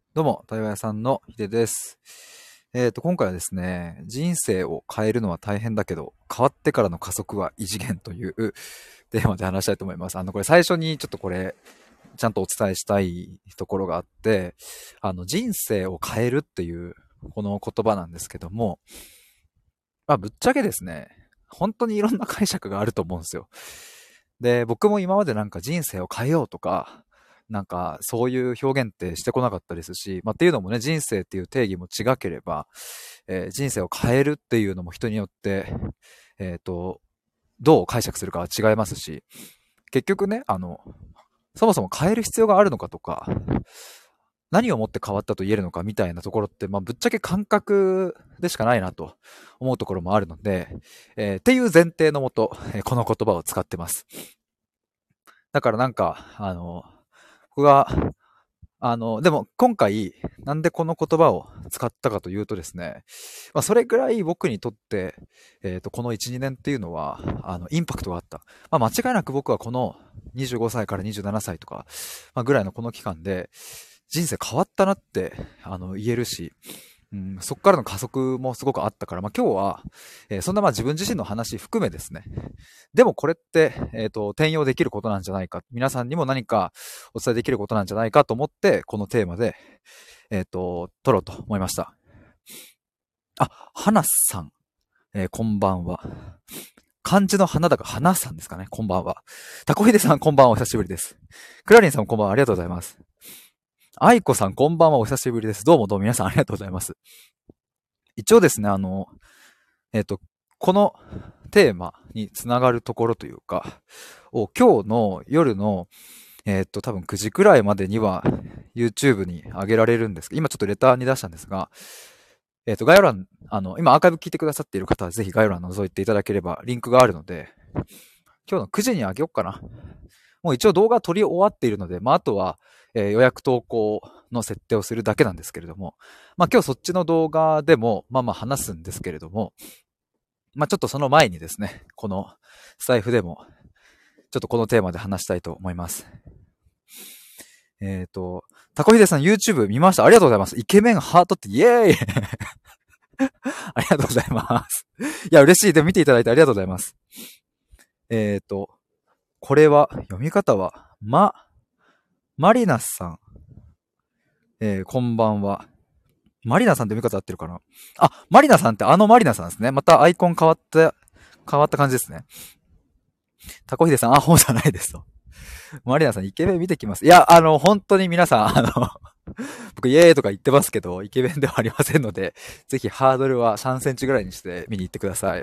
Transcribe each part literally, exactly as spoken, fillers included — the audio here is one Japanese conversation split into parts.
どうも、対話屋さんのヒデです。えっと、今回はですね、人生を変えるのは大変だけど、変わってからの加速は異次元というテーマで話したいと思います。あの、これ最初にちょっとこれ、ちゃんとお伝えしたいところがあって、あの、人生を変えるっていう、この言葉なんですけども、まあ、ぶっちゃけですね、本当にいろんな解釈があると思うんですよ。で、僕も今までなんか人生を変えようとか、なんかそういう表現ってしてこなかったですし、まあっていうのもね、人生っていう定義も違ければ、えー人生を変えるっていうのも人によって、えっと、どう解釈するかは違いますし、結局ね、あの、そもそも変える必要があるのかとか、何をもって変わったと言えるのかみたいなところって、まあぶっちゃけ感覚でしかないなと思うところもあるので、えーっていう前提のもと、えーこの言葉を使ってます。だからなんか、あの、僕が、あの、でも今回、なんでこの言葉を使ったかというとですね、まあそれぐらい僕にとって、えっと、このいち、にねんっていうのは、あの、インパクトがあった。まあ間違いなく僕はこのにじゅうごさいからにじゅうななさいとか、まあぐらいのこの期間で、人生変わったなって、あの、言えるし、うん、そこからの加速もすごくあったから、まあ今日は、えーそんなまあ自分自身の話含めですね、でもこれって、えっと、転用できることなんじゃないか。皆さんにも何かお伝えできることなんじゃないかと思って、このテーマで、えっと、撮ろうと思いました。あ、花さん、えーこんばんは。漢字の花だか花さんですかね。こんばんは。タコヒデさん、こんばんは。お久しぶりです。クラリンさん、こんばんは。ありがとうございます。アイコさん、こんばんは。お久しぶりです。どうもどうも皆さん、ありがとうございます。一応ですね、あの、えっと、このテーマにつながるところというか、を今日の夜のえーっと、多分くじくらいまでには YouTube に上げられるんですけど、今ちょっとレターに出したんですが、えーっと、概要欄、あの、今アーカイブ聞いてくださっている方はぜひ概要欄覗いていただければリンクがあるので、今日のくじに上げようかな。もう一応動画撮り終わっているので、まあ、あとは、えー予約投稿の設定をするだけなんですけれども、まあ、今日そっちの動画でも、まあまあ話すんですけれども、まあ、ちょっとその前にですね、このスタイフでも、ちょっとこのテーマで話したいと思います。えっ、と、タコヒデさん YouTube 見ました。ありがとうございます。イケメンハートってイエーイありがとうございます。いや、嬉しい。でも見ていただいてありがとうございます。えっ、と、これは、読み方は、ま、マリナスさん。えー、こんばんは。マリナさんって読み方合ってるかなあ、マリナさんってあのマリナさんですね。またアイコン変わった、変わった感じですね。タコヒデさん、あ、本じゃないですと。マリナさん、イケメン見てきます。いや、あの、本当に皆さん、あの、僕、イエーイとか言ってますけど、イケメンではありませんので、ぜひハードルはさんセンチぐらいにして見に行ってください。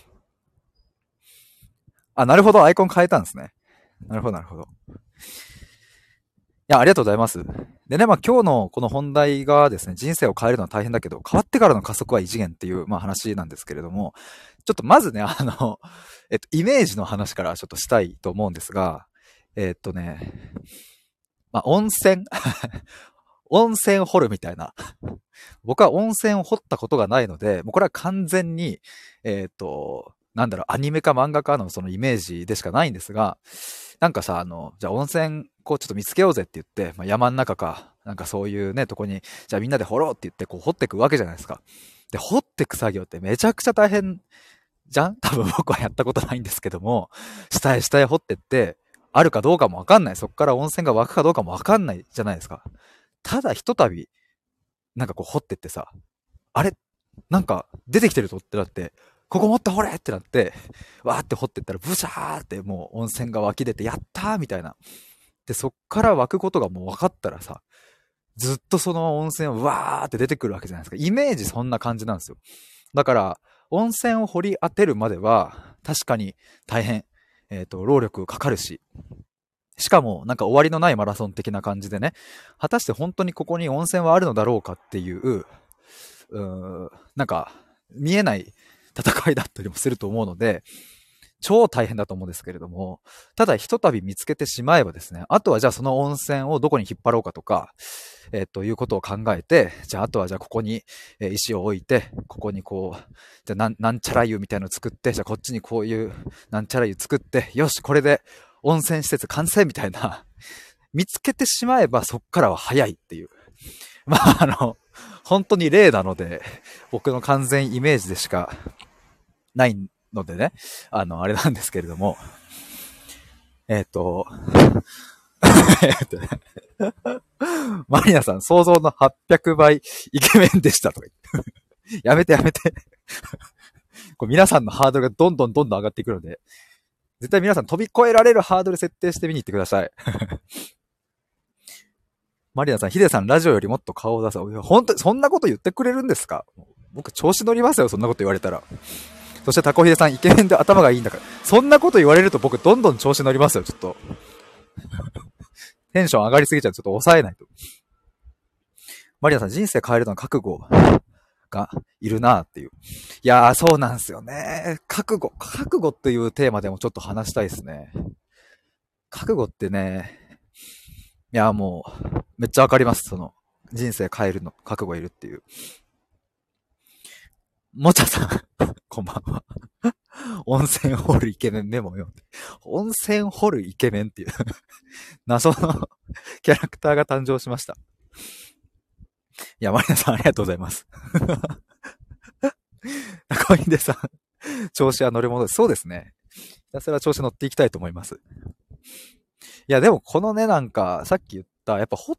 あ、なるほど、アイコン変えたんですね。なるほど、なるほど。いや、ありがとうございます。でね、まあ今日のこの本題がですね、人生を変えるのは大変だけど、変わってからの加速は異次元っていう、まあ話なんですけれども、ちょっとまずね、あの、えっと、イメージの話からちょっとしたいと思うんですが、えっとね、まあ温泉温泉掘るみたいな。僕は温泉を掘ったことがないので、もうこれは完全に、えっと、なんだろう、アニメか漫画かのそのイメージでしかないんですが、なんかさ、あの、じゃあ温泉、こうちょっと見つけようぜって言って、まあ、山の中か、なんかそういうね、とこに、じゃあみんなで掘ろうって言って、こう掘ってくわけじゃないですか。で、掘ってく作業ってめちゃくちゃ大変じゃん多分僕はやったことないんですけども、下へ下へ掘ってって、あるかどうかもわかんない。そこから温泉が湧くかどうかもわかんないじゃないですか。ただひとたび、なんかこう掘ってってさ、あれなんか出てきてるぞってなって、ここもっと掘れってなって、わーって掘ってったらブシャーってもう温泉が湧き出て、やったーみたいな。で、そっから湧くことがもう分かったらさ、ずっとその温泉をわーって出てくるわけじゃないですか。イメージそんな感じなんですよ。だから、温泉を掘り当てるまでは、確かに大変、えっ、と、労力かかるし、しかも、なんか終わりのないマラソン的な感じでね、果たして本当にここに温泉はあるのだろうかっていう、うーん、なんか、見えない戦いだったりもすると思うので、超大変だと思うんですけれども、ただひとたび見つけてしまえばですね、あとはじゃあその温泉をどこに引っ張ろうかとか、えっと、いうことを考えて、じゃああとはじゃあここにえー石を置いて、ここにこう、じゃあなんなんちゃら湯みたいなのを作って、じゃあこっちにこういうなんちゃら湯作って、よし、これで温泉施設完成みたいな、見つけてしまえばそっからは早いっていう。 まあ、あの、本当に例なので、僕の完全イメージでしかないのでね、あの、あれなんですけれども、えっ、と、えっとね、マリナさん、想像のはっぴゃくばいイケメンでしたとか言って。やめてやめて。これ皆さんのハードルがどんどんどんどん上がっていくので、絶対皆さん飛び越えられるハードル設定して見に行ってください。マリナさん、ヒデさん、ラジオよりもっと顔を出せ。本当にそんなこと言ってくれるんですか？僕、調子乗りますよ、そんなこと言われたら。そして、タコヒデさん、イケメンで頭がいいんだから。そんなこと言われると僕、どんどん調子乗りますよ、ちょっと。テンション上がりすぎちゃう。ちょっと抑えないと。マリナさん、人生変えるのは覚悟がいるなっていう。いやー、そうなんですよね。覚悟。覚悟っていうテーマでもちょっと話したいですね。覚悟ってね、いや、もう、めっちゃわかります。その、人生変えるの、覚悟いるっていう。もちゃさん、こんばんは。温泉掘るイケメンメモ読んで。温泉掘るイケメンっていう謎のキャラクターが誕生しました。いや、マリナさんありがとうございます。コインデさん、調子は乗り物です。そうですね。ひたすら調子乗っていきたいと思います。いや、でもこのね、なんか、さっき言った、やっぱ掘って、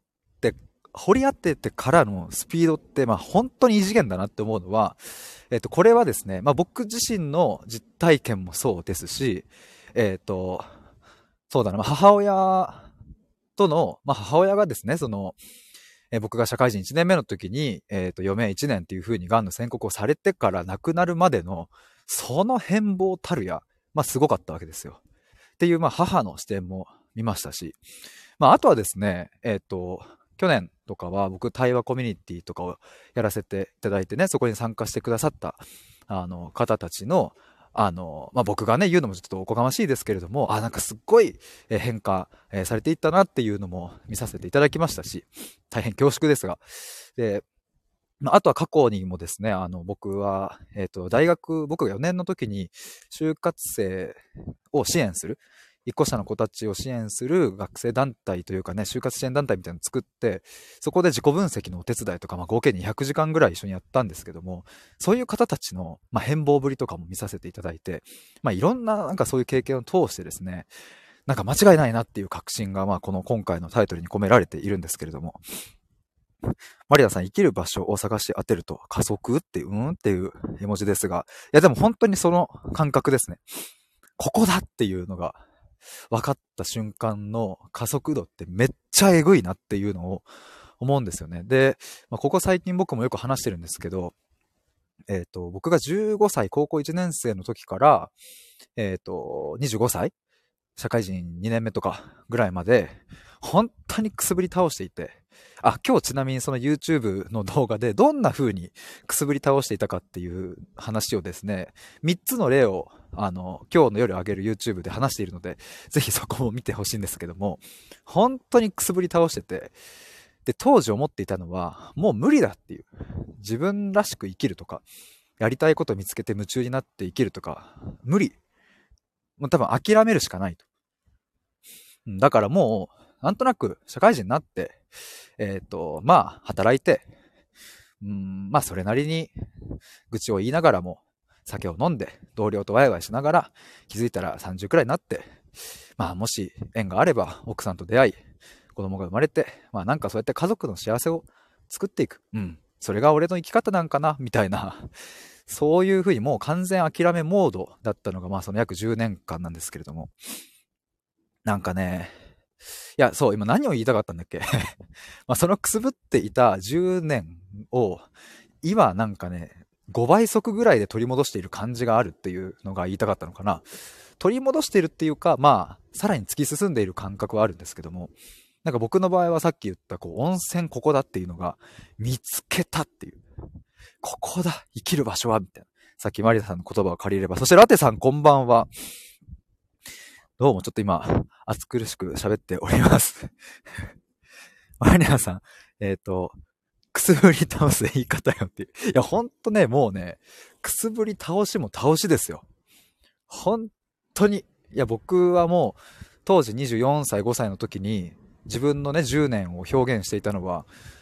掘り当ててからのスピードって、まあ本当に異次元だなって思うのは、えっと、これはですね、まあ僕自身の実体験もそうですし、えっと、そうだな、まあ母親との、まあ母親がですね、その、えー僕が社会人いちねんめの時に、えっと、余命いちねんっていう風に癌の宣告をされてから亡くなるまでの、その変貌たるや、まあすごかったわけですよ。っていう、まあ母の視点も見ましたし、まああとはですね、えっと、去年とかは僕対話コミュニティとかをやらせていただいてね、そこに参加してくださったあの方たちの、あの、まあ、僕がね、言うのもちょっとおこがましいですけれども、あ、なんかすっごい変化されていったなっていうのも見させていただきましたし、大変恐縮ですが。で、まあ、あとは過去にもですね、あの、僕は、えっと、大学、僕がよねんの時に、就活生を支援する、一個下の子たちを支援する学生団体というかね、就活支援団体みたいなのを作って、そこで自己分析のお手伝いとか、まあ、合計にひゃくじかんぐらい一緒にやったんですけども、そういう方たちの、まあ、変貌ぶりとかも見させていただいて、まあ、いろんな、なんかそういう経験を通してですね、なんか間違いないなっていう確信が、まあ、この今回のタイトルに込められているんですけれども、マリアさん、生きる場所を探し当てると加速っていう、うんっていう絵文字ですが、いやでも本当にその感覚ですね。ここだっていうのが分かった瞬間の加速度ってめっちゃえぐいなっていうのを思うんですよね。で、まあ、ここ最近僕もよく話してるんですけど、えっと、僕がじゅうごさい、高校いちねん生の時から、えっと、にじゅうごさい社会人にねんめとかぐらいまで、本当にくすぶり倒していて、あ、今日ちなみにその YouTube の動画でどんな風にくすぶり倒していたかっていう話をですね、みっつの例を、あの、今日の夜上げる YouTube で話しているので、ぜひそこも見てほしいんですけども、本当にくすぶり倒してて、で、当時思っていたのは、もう無理だっていう。自分らしく生きるとか、やりたいことを見つけて夢中になって生きるとか、無理。もう多分諦めるしかないと。だからもう、なんとなく社会人になって、えっと、まあ、働いて、うん、まあ、それなりに愚痴を言いながらも、酒を飲んで、同僚とワイワイしながら、気づいたらさんじゅうくらいになって、まあ、もし縁があれば、奥さんと出会い、子供が生まれて、まあ、なんかそうやって家族の幸せを作っていく。うん。それが俺の生き方なんかな、みたいな、そういうふうにもう完全諦めモードだったのが、まあ、その約じゅうねんかんなんですけれども、なんかね、いや、そう、今何を言いたかったんだっけまあそのくすぶっていたじゅうねんを、今なんかね、ごばい速ぐらいで取り戻している感じがあるっていうのが言いたかったのかな。取り戻しているっていうか、まあ、さらに突き進んでいる感覚はあるんですけども、なんか僕の場合はさっき言ったこう温泉ここだっていうのが見つけたっていう。ここだ生きる場所はみたいな。さっきマリアさんの言葉を借りれば。そしてラテさんこんばんは。どうもちょっと今、暑苦しく喋っております。マリアさん、えっと、くすぶり倒す言い方よっていう。いや、ほんとね、もうね、くすぶり倒しも倒しですよ。本当に。いや、僕はもう、当時にじゅうよんさい、ごさいの時に、自分のね、じゅうねんを表現していたのは、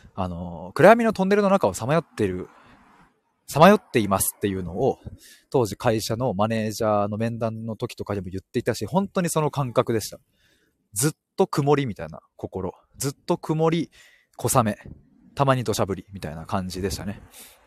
あの、暗闇のトンネルの中をさまよっている、さまよっていますっていうのを、当時会社のマネージャーの面談の時とかでも言っていたし、本当にその感覚でした。ずっと曇りみたいな心。ずっと曇り、小雨。たまに土砂降りみたいな感じでしたね。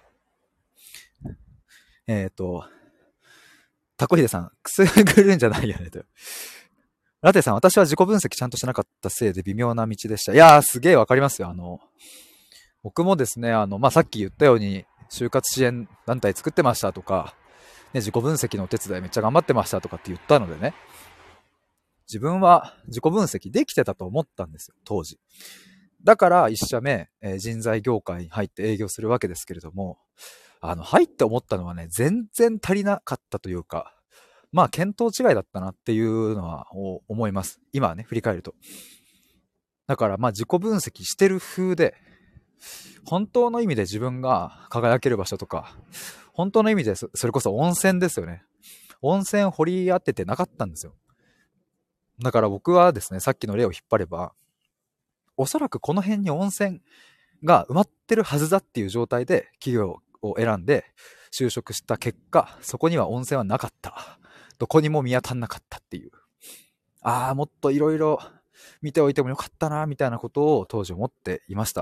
えっと、タコヒデさん、くすぐるんじゃないよねと。ラテさん、私は自己分析ちゃんとしなかったせいで微妙な道でした。いやー、すげーわかりますよ。あの、僕もですね、あの、まあ、さっき言ったように、就活支援団体作ってましたとか、ね、自己分析のお手伝いめっちゃ頑張ってましたとかって言ったのでね、自分は自己分析できてたと思ったんですよ、当時。だから一社目、えー人材業界に入って営業するわけですけれども、あの、入って思ったのはね、全然足りなかったというか、まあ、見当違いだったなっていうのは思います。今はね、振り返ると。だから、まあ、自己分析してる風で、本当の意味で自分が輝ける場所とか、本当の意味でそそれこそ温泉ですよね。温泉掘り当ててなかったんですよ。だから僕はですね、さっきの例を引っ張れば、おそらくこの辺に温泉が埋まってるはずだっていう状態で企業を選んで就職した結果、そこには温泉はなかった。どこにも見当たんなかったっていう。ああ、もっといろいろ見ておいてもよかったな、みたいなことを当時思っていました。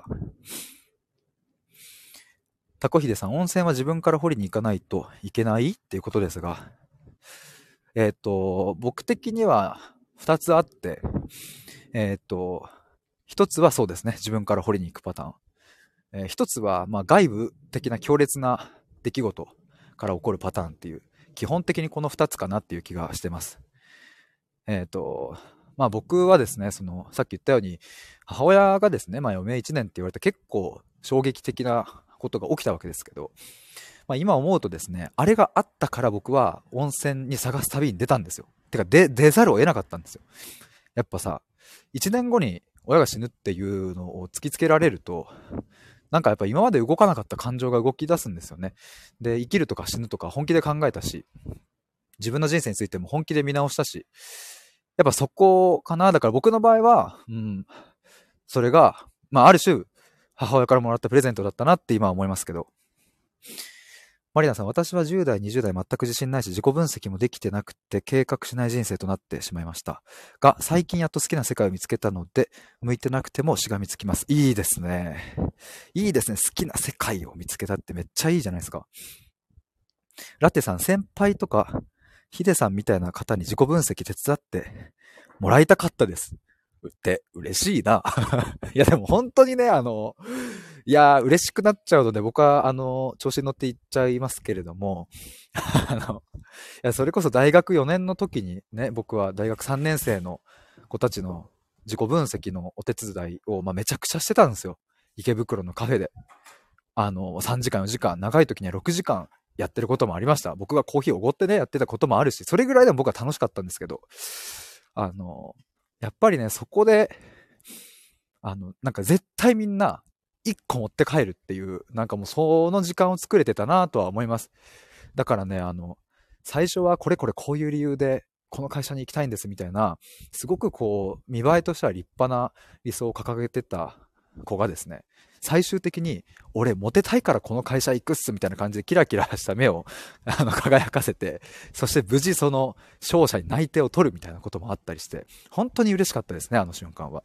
タコヒデさん、温泉は自分から掘りに行かないといけないっていうことですが、えっと、僕的には二つあって、えっと、一つはそうですね、自分から掘りに行くパターン。えー一つは、まあ、外部的な強烈な出来事から起こるパターンっていう、基本的にこの二つかなっていう気がしてます。えっと、まあ僕はですね、その、さっき言ったように、母親がですね、まあ余命いちねんって言われて結構衝撃的なことが起きたわけですけど、まあ今思うとですね、あれがあったから僕は温泉に探す旅に出たんですよ。てか、で、出ざるを得なかったんですよ。やっぱさ、いちねんごに親が死ぬっていうのを突きつけられると、なんかやっぱ今まで動かなかった感情が動き出すんですよね。で、生きるとか死ぬとか本気で考えたし、自分の人生についても本気で見直したし、やっぱそこかな。だから僕の場合は、うん、それが、まあある種、母親からもらったプレゼントだったなって今は思いますけど。マリナさん、私はじゅう代、にじゅう代全く自信ないし、自己分析もできてなくて、計画しない人生となってしまいました。が、最近やっと好きな世界を見つけたので、向いてなくてもしがみつきます。いいですね。いいですね。好きな世界を見つけたってめっちゃいいじゃないですか。ラテさん、先輩とか、ヒデさんみたいな方に自己分析手伝ってもらいたかったです。って嬉しいな。いやでも本当にね、あの、いやー嬉しくなっちゃうので僕はあの、調子に乗っていっちゃいますけれども、あの、いやそれこそ大学よねんの時にね、僕は大学さんねん生の子たちの自己分析のお手伝いを、まあ、めちゃくちゃしてたんですよ。池袋のカフェで。あの、さんじかんよじかん、長い時にはろくじかんやってることもありました。僕がコーヒーをおごってね、やってたこともあるし、それぐらいでも僕は楽しかったんですけど、あの、やっぱりね、そこで、あの、なんか絶対みんないっこ持って帰るっていう、なんかもうその時間を作れてたなとは思います。だからね、あの、最初はこれこれこういう理由で、この会社に行きたいんですみたいな、すごくこう、見栄えとしては立派な理想を掲げてた子がですね、最終的に、俺モテたいからこの会社行くっすみたいな感じでキラキラした目をあの輝かせて、そして無事その勝者に内定を取るみたいなこともあったりして、本当に嬉しかったですね、あの瞬間は。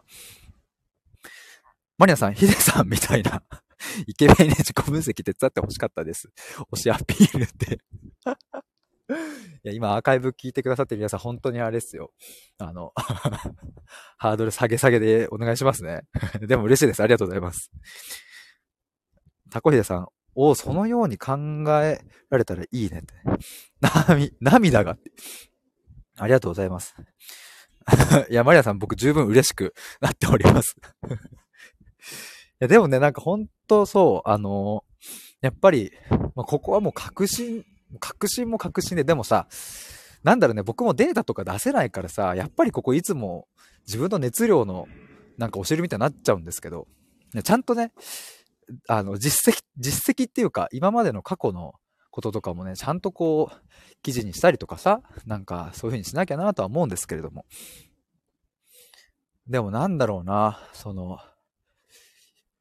マリナさん、ヒデさんみたいなイケメンに自己分析手伝ってほしかったです。推しアピールっていや、今アーカイブ聞いてくださってる皆さん、本当にあれですよ。あの、ハードル下げ下げでお願いしますね。でも嬉しいです。ありがとうございます。タコヒデさん、おそのように考えられたらいいねって。涙、涙が。ありがとうございます。いや、マリアさん、僕十分嬉しくなっております。いや、でもね、なんか本当そう、あのやっぱり、まあ、ここはもう確信、確信も確信で、でもさ、なんだろうね、僕もデータとか出せないからさ、やっぱりここいつも自分の熱量のなんか教えるみたいになっちゃうんですけど、ちゃんとね、あの、実績、実績っていうか、今までの過去のこととかもね、ちゃんとこう、記事にしたりとかさ、なんかそういう風にしなきゃなとは思うんですけれども。でもなんだろうな、その、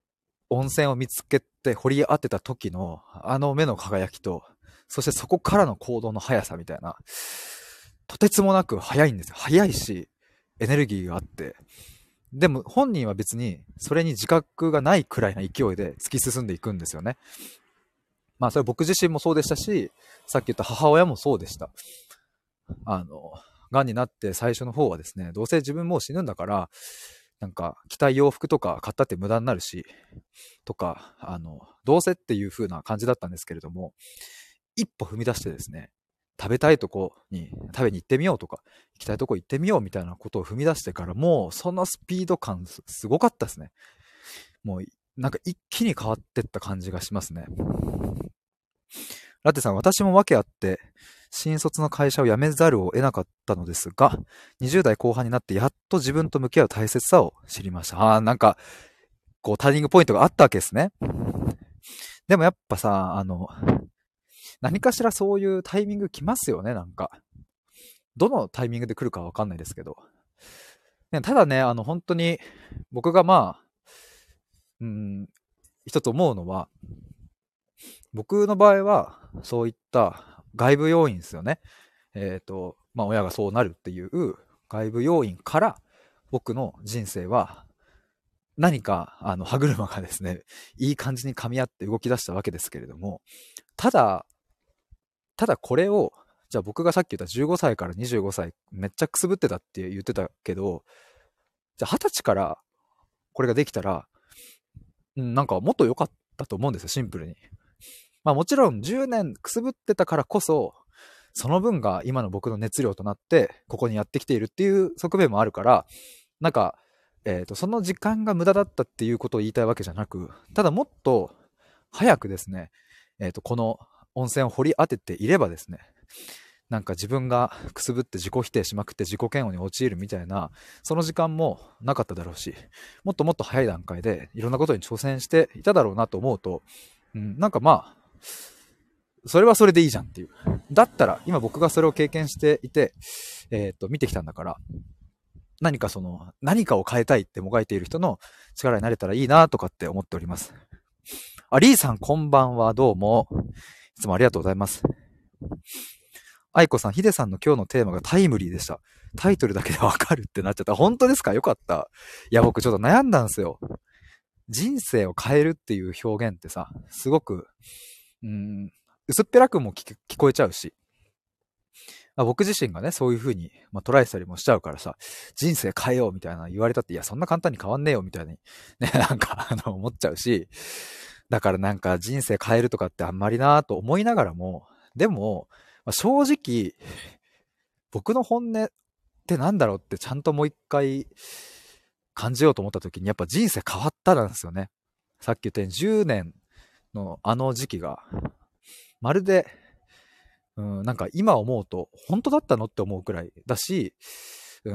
温泉を見つけて掘り当てた時のあの目の輝きと、そしてそこからの行動の速さみたいな、とてつもなく速いんですよ。速いし、エネルギーがあって、でも本人は別にそれに自覚がないくらいな勢いで突き進んでいくんですよね。まあそれ僕自身もそうでしたし、さっき言った母親もそうでした。あの、癌になって最初の方はですね、どうせ自分もう死ぬんだから、なんか着たい洋服とか買ったって無駄になるし、とか、あの、どうせっていう風な感じだったんですけれども、一歩踏み出してですね、食べたいとこに食べに行ってみようとか、行きたいとこ行ってみようみたいなことを踏み出してから、もうそのスピード感すすごかったですね。もうなんか一気に変わってった感じがしますね。ラテさん、私も訳あって、新卒の会社を辞めざるを得なかったのですが、にじゅう代後半になってやっと自分と向き合う大切さを知りました。ああ、なんか、こうターニングポイントがあったわけですね。でもやっぱさ、あの、何かしらそういうタイミング来ますよね、なんか。どのタイミングで来るかわかんないですけど。ね、ただね、あの、本当に、僕がまあ、うん、一つ思うのは、僕の場合は、そういった外部要因ですよね。えっと、まあ、親がそうなるっていう外部要因から、僕の人生は、何か、あの、歯車がですね、いい感じに噛み合って動き出したわけですけれども、ただ、ただこれを、じゃあ僕がさっき言ったじゅうごさいからにじゅうごさい、めっちゃくすぶってたって言ってたけど、じゃあはたちからこれができたら、うん、なんかもっと良かったと思うんですよ、シンプルに。まあもちろんじゅうねんくすぶってたからこそ、その分が今の僕の熱量となって、ここにやってきているっていう側面もあるから、なんか、えっと、その時間が無駄だったっていうことを言いたいわけじゃなく、ただもっと早くですね、えっと、この温泉を掘り当てていればですね、なんか自分がくすぶって自己否定しまくって自己嫌悪に陥るみたいな、その時間もなかっただろうし、もっともっと早い段階でいろんなことに挑戦していただろうなと思うと、うん、なんかまあ、それはそれでいいじゃんっていう。だったら、今僕がそれを経験していて、えっと、見てきたんだから、何かその、何かを変えたいってもがいている人の力になれたらいいなとかって思っております。あ、リーさんこんばんは、どうも。いつもありがとうございます。愛子さん、ヒデさんの今日のテーマがタイムリーでした。タイトルだけでわかるってなっちゃった。本当ですか？よかった。いや、僕ちょっと悩んだんですよ。人生を変えるっていう表現ってさ、すごく、うーん、薄っぺらくも聞聞こえちゃうし、まあ、僕自身がね、そういう風に、まあ、トライしたりもしちゃうからさ、人生変えようみたいな言われたって、いや、そんな簡単に変わんねえよみたいに、ね、なんか、あの、思っちゃうし、だからなんか人生変えるとかってあんまりなぁと思いながらも、でも、まあ、正直、僕の本音ってなんだろうってちゃんともう一回感じようと思った時に、やっぱ人生変わったなんですよね。さっき言ったようにじゅうねんのあの時期が、まるで、うん、なんか今思うと、本当だったのって思うくらいだし、うん、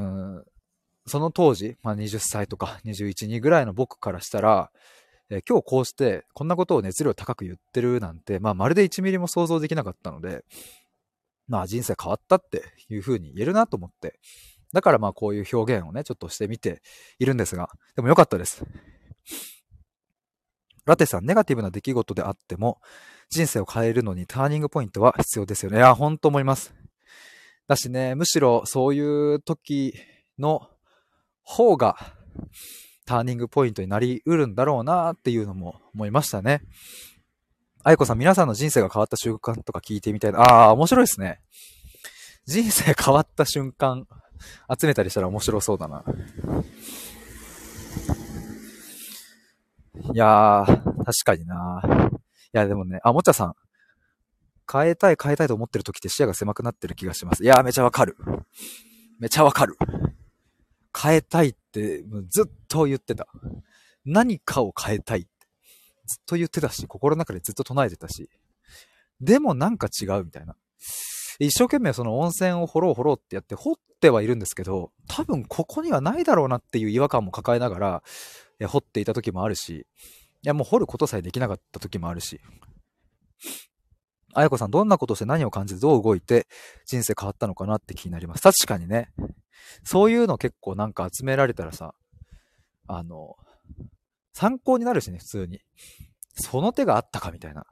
その当時、まあ、はたちとかにじゅういち、にぐらいの僕からしたら、えー今日こうしてこんなことを熱量高く言ってるなんて、まあ、まるでいちミリも想像できなかったので、まあ人生変わったっていう風に言えるなと思って、だからまあこういう表現をね、ちょっとしてみているんですが、でもよかったです。ラテさん、ネガティブな出来事であっても、人生を変えるのにターニングポイントは必要ですよね。いや、ほんと思います。だしね、むしろそういう時の方がターニングポイントになりうるんだろうなっていうのも思いましたね。あいこさん、皆さんの人生が変わった瞬間とか聞いてみたいな。ああ、面白いですね。人生変わった瞬間、集めたりしたら面白そうだな。いやー、確かにな。いや、でもね、あ、もちゃさん、変えたい変えたいと思ってる時って視野が狭くなってる気がします。いやー、めちゃわかる。めちゃわかる。変えたいってずっと言ってた。何かを変えたいってずっと言ってたし、心の中でずっと唱えてたし、でもなんか違うみたいな。一生懸命その温泉を掘ろう掘ろうってやって掘ってはいるんですけど、多分ここにはないだろうなっていう違和感も抱えながら、え掘っていた時もあるし、いやもう掘ることさえできなかった時もあるし。あやこさん、どんなことして何を感じてどう動いて人生変わったのかなって気になります。確かにね。そういうの結構なんか集められたらさ、あの、 参考になるしね、普通に。その手があったかみたいな。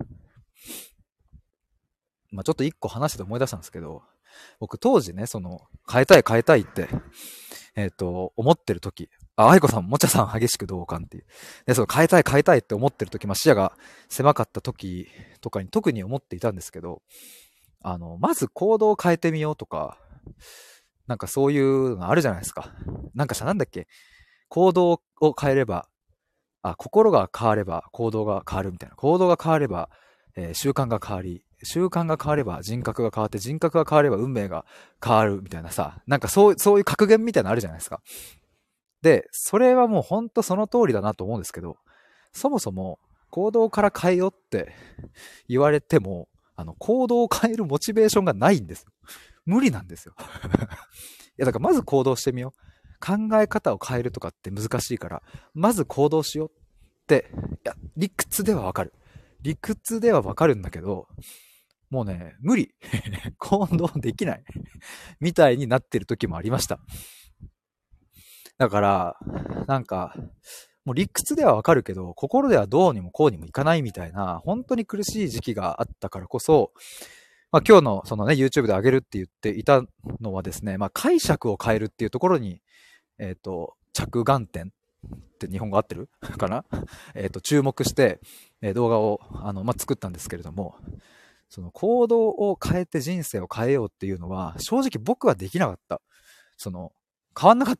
まあちょっと一個話してて思い出したんですけど、僕当時ね、その、変えたい変えたいって、えっと、思ってる時、あ、愛子さん、もちゃさん激しく同感っていう。で、その変えたい変えたいって思ってる時、まあ視野が狭かった時とかに特に思っていたんですけど、あの、まず行動を変えてみようとか、なんかそういうのあるじゃないですか。なんかさ、なんだっけ、行動を変えれば、あ、心が変われば行動が変わるみたいな。行動が変われば、えー習慣が変わり、習慣が変われば人格が変わって、人格が変われば運命が変わるみたいなさ、なんかそう、そういう格言みたいなのあるじゃないですか。で、それはもうほんとその通りだなと思うんですけど、そもそも行動から変えようって言われても、あの、行動を変えるモチベーションがないんですよ。無理なんですよ。いや、だからまず行動してみよう。考え方を変えるとかって難しいから、まず行動しようって、いや、理屈ではわかる。理屈ではわかるんだけど、もうね、無理。行動できない。みたいになってる時もありました。だから、なんか、もう理屈ではわかるけど、心ではどうにもこうにもいかないみたいな、本当に苦しい時期があったからこそ、まあ今日のそのね、YouTube で上げるって言っていたのはですね、まあ解釈を変えるっていうところに、えっと、着眼点って日本語合ってるかなえっと、注目して、えー動画を、あの、まあ作ったんですけれども、その行動を変えて人生を変えようっていうのは、正直僕はできなかった。その、変わんなかった。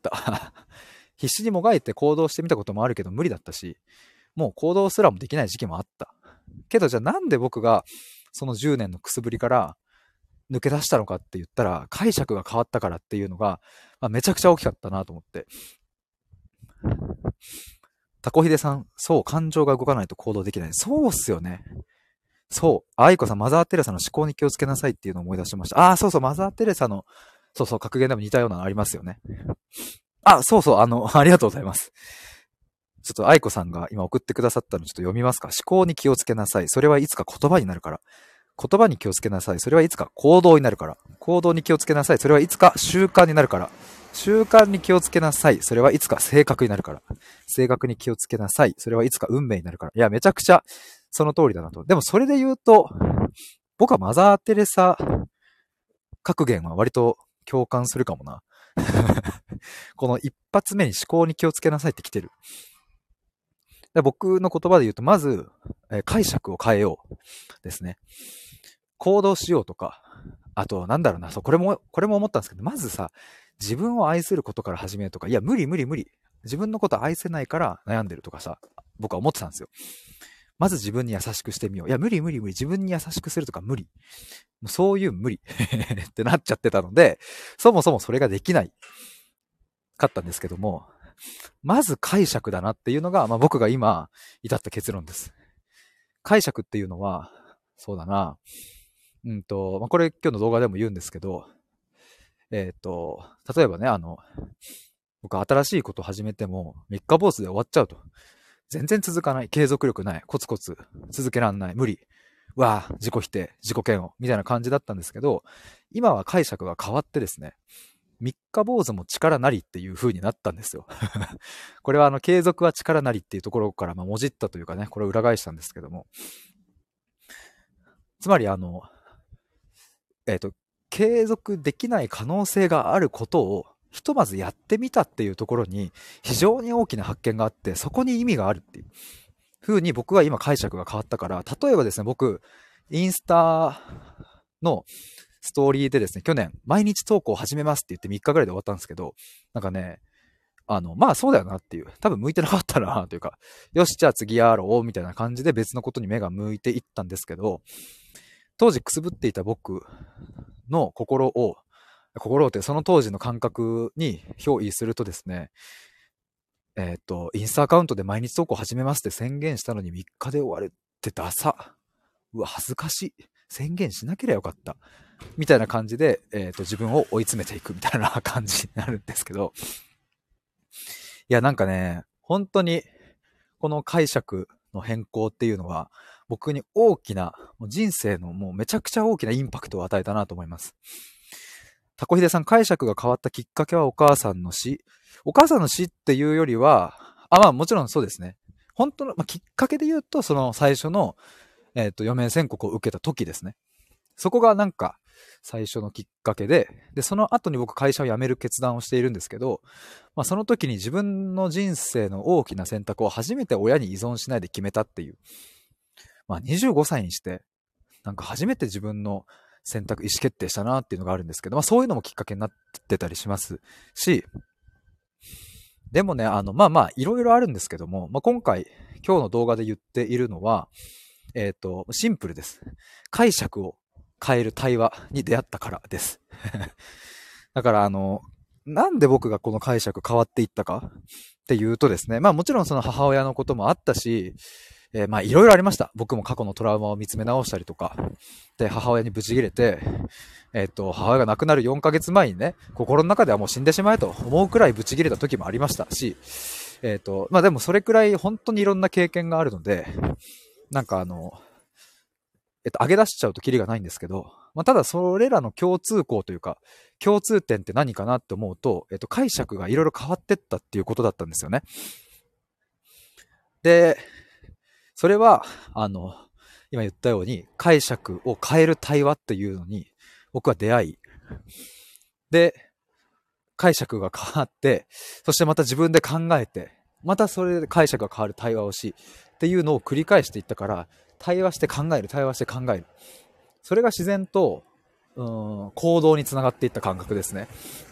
必死にもがいて行動してみたこともあるけど無理だったし、もう行動すらもできない時期もあった。けどじゃあなんで僕がそのじゅうねんのくすぶりから抜け出したのかって言ったら、解釈が変わったからっていうのが、まあ、めちゃくちゃ大きかったなと思って。タコヒデさん、そう、感情が動かないと行動できない。そうっすよね。そう。愛子さん、マザー・テレサの思考に気をつけなさいっていうのを思い出しました。ああ、そうそう、マザー・テレサの、そうそう、格言でも似たようなのありますよね。あ、そうそう、あの、ありがとうございます。ちょっと愛子さんが今送ってくださったのちょっと読みますか。思考に気をつけなさい。それはいつか言葉になるから。言葉に気をつけなさい。それはいつか行動になるから。行動に気をつけなさい。それはいつか習慣になるから。習慣に気をつけなさい。それはいつか性格になるから。性格に気をつけなさい。それはいつか運命になるから。いや、めちゃくちゃその通りだなと。でもそれで言うと、僕はマザー・テレサ格言は割と共感するかもな。この一発目に思考に気をつけなさいって来てる。で僕の言葉で言うと、まず、えー解釈を変えようですね。行動しようとか、あと、なんだろうな、そう、これも、これも思ったんですけど、まずさ、自分を愛することから始めるとか、いや、無理無理無理。自分のこと愛せないから悩んでるとかさ、僕は思ってたんですよ。まず自分に優しくしてみよう。いや、無理無理無理。自分に優しくするとか無理。もうそういう無理ってなっちゃってたので、そもそもそれができないかったんですけども、まず解釈だなっていうのが、まあ僕が今至った結論です。解釈っていうのは、そうだな、うんと、まあこれ今日の動画でも言うんですけど、えっと、例えばね、あの、僕新しいことを始めても三日坊主で終わっちゃうと。全然続かない。継続力ない。コツコツ。続けらんない。無理。わあ、自己否定、自己嫌悪。みたいな感じだったんですけど、今は解釈が変わってですね、三日坊主も力なりっていう風になったんですよ。これはあの、継続は力なりっていうところからまあもじったというかね、これを裏返したんですけども。つまりあの、えっと、継続できない可能性があることをひとまずやってみたっていうところに非常に大きな発見があって、そこに意味があるっていう風に僕は今解釈が変わったから、例えばですね、僕、インスタのストーリーでですね、去年、毎日投稿を始めますって言ってみっかぐらいで終わったんですけど、なんかね、あの、まあそうだよなっていう、多分向いてなかったなというか、よし、じゃあ次やろうみたいな感じで別のことに目が向いていったんですけど、当時くすぶっていた僕の心を、心をってその当時の感覚に憑依するとですね、えっと、インスタアカウントで毎日投稿始めますって宣言したのにみっかで終わるってダサ。うわ、恥ずかしい。宣言しなければよかった。みたいな感じで、えっと、自分を追い詰めていくみたいな感じになるんですけど。いや、なんかね、本当に、この解釈の変更っていうのは、僕に大きな、もう人生のもうめちゃくちゃ大きなインパクトを与えたなと思います。タコヒデさん、解釈が変わったきっかけはお母さんの死。お母さんの死っていうよりは、あ、まあもちろんそうですね。 本当の、まあ、きっかけで言うと、その最初の、えっと、余命宣告を受けた時ですね。そこがなんか、最初のきっかけで、で、その後に僕会社を辞める決断をしているんですけど、まあその時に自分の人生の大きな選択を初めて親に依存しないで決めたっていう。まあにじゅうごさいにして、なんか初めて自分の選択、意思決定したなっていうのがあるんですけど、まあそういうのもきっかけになってたりしますし、でもね、あの、まあまあいろいろあるんですけども、まあ今回、今日の動画で言っているのは、えっと、シンプルです。解釈を変える対話に出会ったからです。だからあの、なんで僕がこの解釈変わっていったかっていうとですね、まあもちろんその母親のこともあったし、えー、まあいろいろありました。僕も過去のトラウマを見つめ直したりとか、で、母親にブチ切れて、えっと、母親が亡くなるよんかげつまえにね、心の中ではもう死んでしまえと思うくらいブチ切れた時もありましたし、えっと、まあでもそれくらい本当にいろんな経験があるので、なんかあの、えっと、上げ出しちゃうとキリがないんですけど、まあ、ただそれらの共通項というか、共通点って何かなって思うと、えっと、解釈がいろいろ変わってったっていうことだったんですよね。で、それは、あの、今言ったように、解釈を変える対話っていうのに、僕は出会い、で、解釈が変わって、そしてまた自分で考えて、またそれで解釈が変わる対話をし、っていうのを繰り返していったから、対話して考える、対話して考える。それが自然と、うーん、行動につながっていった感覚ですね。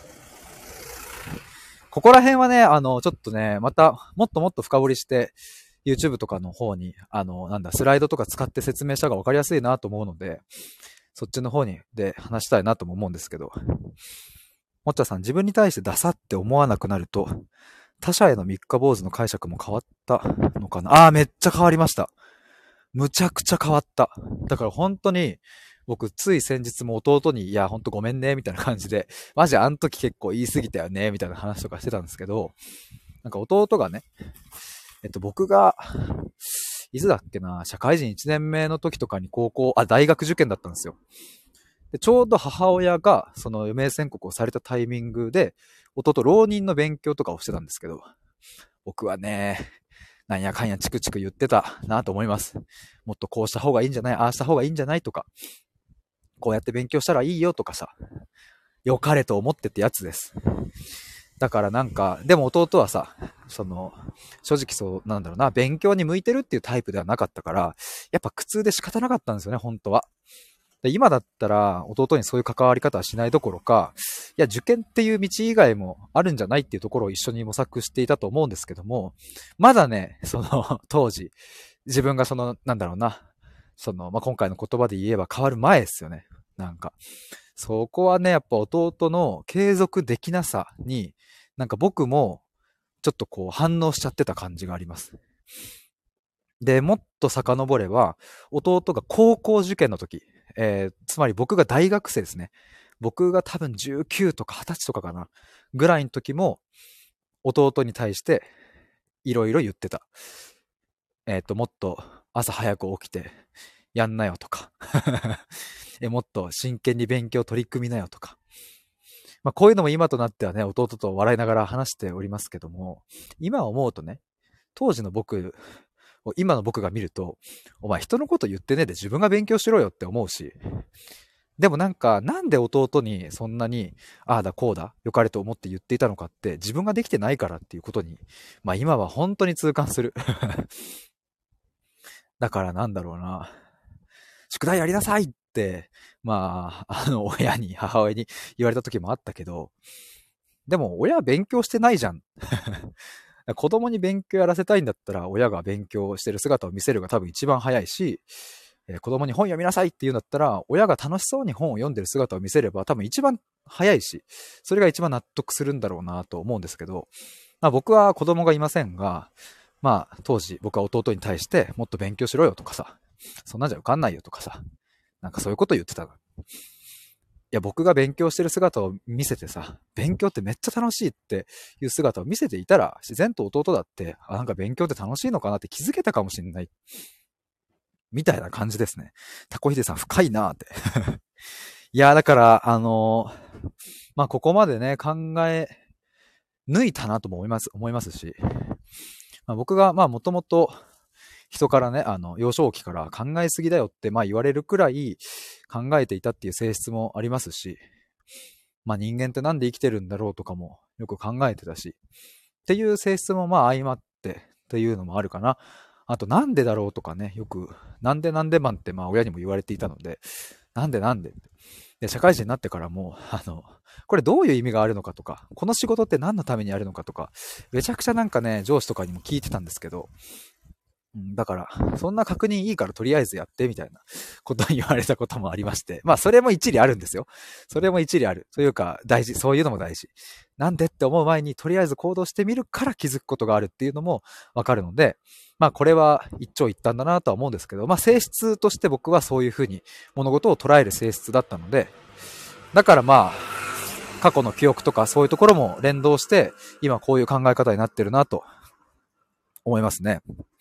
ここら辺はね、あの、ちょっとね、また、もっともっと深掘りして、YouTube とかの方に、あの、なんだ、スライドとか使って説明した方が分かりやすいなと思うので、そっちの方に、で、話したいなとも思うんですけど、もっちゃさん、自分に対してダサって思わなくなると、他者への三日坊主の解釈も変わったのかな。あー、めっちゃ変わりました。むちゃくちゃ変わった。だから本当に、僕、つい先日も弟に、いや、ほんとごめんね、みたいな感じで、マジあの時結構言い過ぎたよね、みたいな話とかしてたんですけど、なんか弟がね、えっと、僕が、いつだっけな、社会人いちねんめの時とかに高校、あ、大学受験だったんですよ。で、ちょうど母親が、その余命宣告をされたタイミングで、弟、浪人の勉強とかをしてたんですけど、僕はね、なんやかんやチクチク言ってたなと思います。もっとこうした方がいいんじゃない、ああした方がいいんじゃないとか、こうやって勉強したらいいよとかさ、良かれと思ってってやつです。だからなんか、でも弟はさ、その、正直そう、なんだろうな、勉強に向いてるっていうタイプではなかったから、やっぱ苦痛で仕方なかったんですよね、本当は。で今だったら、弟にそういう関わり方はしないどころか、いや、受験っていう道以外もあるんじゃないっていうところを一緒に模索していたと思うんですけども、まだね、その、当時、自分がその、なんだろうな、その、まあ、今回の言葉で言えば変わる前ですよね。なんか。そこはね、やっぱ弟の継続できなさに、なんか僕も、ちょっとこう反応しちゃってた感じがあります。で、もっと遡れば、弟が高校受験の時、えー、つまり僕が大学生ですね。僕が多分じゅうきゅうとかはたちとかかな、ぐらいの時も、弟に対して、いろいろ言ってた。えっと、もっと朝早く起きて、やんなよとかえ、もっと真剣に勉強取り組みなよとか。まあ、こういうのも今となってはね、弟と笑いながら話しておりますけども、今思うとね、当時の僕を今の僕が見ると、お前人のこと言ってねえで自分が勉強しろよって思うし、でもなんか、なんで弟にそんなに、ああだこうだ、良かれと思って言っていたのかって、自分ができてないからっていうことに、まあ今は本当に痛感する。だからなんだろうな。宿題やりなさいって、まあ、あの、親に、母親に言われた時もあったけど、でも親は勉強してないじゃん。子供に勉強やらせたいんだったら、親が勉強してる姿を見せるが多分一番早いし、えー子供に本読みなさいって言うんだったら、親が楽しそうに本を読んでる姿を見せれば多分一番早いし、それが一番納得するんだろうなと思うんですけど、まあ僕は子供がいませんが、まあ当時僕は弟に対してもっと勉強しろよとかさ、そんなんじゃ受かんないよとかさ、なんかそういうこと言ってた。いや僕が勉強してる姿を見せてさ、勉強ってめっちゃ楽しいっていう姿を見せていたら、自然と弟だって、あ、なんか勉強って楽しいのかなって気づけたかもしれない。みたいな感じですね。タコヒデさん深いなーって。いや、だから、あのーまあ、ここまでね、考え抜いたなとも思います、思いますし、 まあ、僕が、まあ、もともと人からね、あの、幼少期から考えすぎだよって、まあ、言われるくらい考えていたっていう性質もありますし、まあ、人間ってなんで生きてるんだろうとかもよく考えてたし、っていう性質もまあ相まってっていうのもあるかな。あとなんでだろうとかね、よくなんでなんでマンってまあ親にも言われていたので、なんでなんでで、社会人になってからも、あの、これどういう意味があるのかとか、この仕事って何のためにやるのかとか、めちゃくちゃなんかね、上司とかにも聞いてたんですけど、うん、だから、そんな確認いいからとりあえずやってみたいなことを言われたこともありまして、まあそれも一理あるんですよ。それも一理ある。というか大事、そういうのも大事。なんでって思う前にとりあえず行動してみるから気づくことがあるっていうのもわかるので、まあこれは一長一短だなとは思うんですけど、まあ性質として僕はそういうふうに物事を捉える性質だったので、だからまあ過去の記憶とかそういうところも連動して今こういう考え方になってるなと思いますね。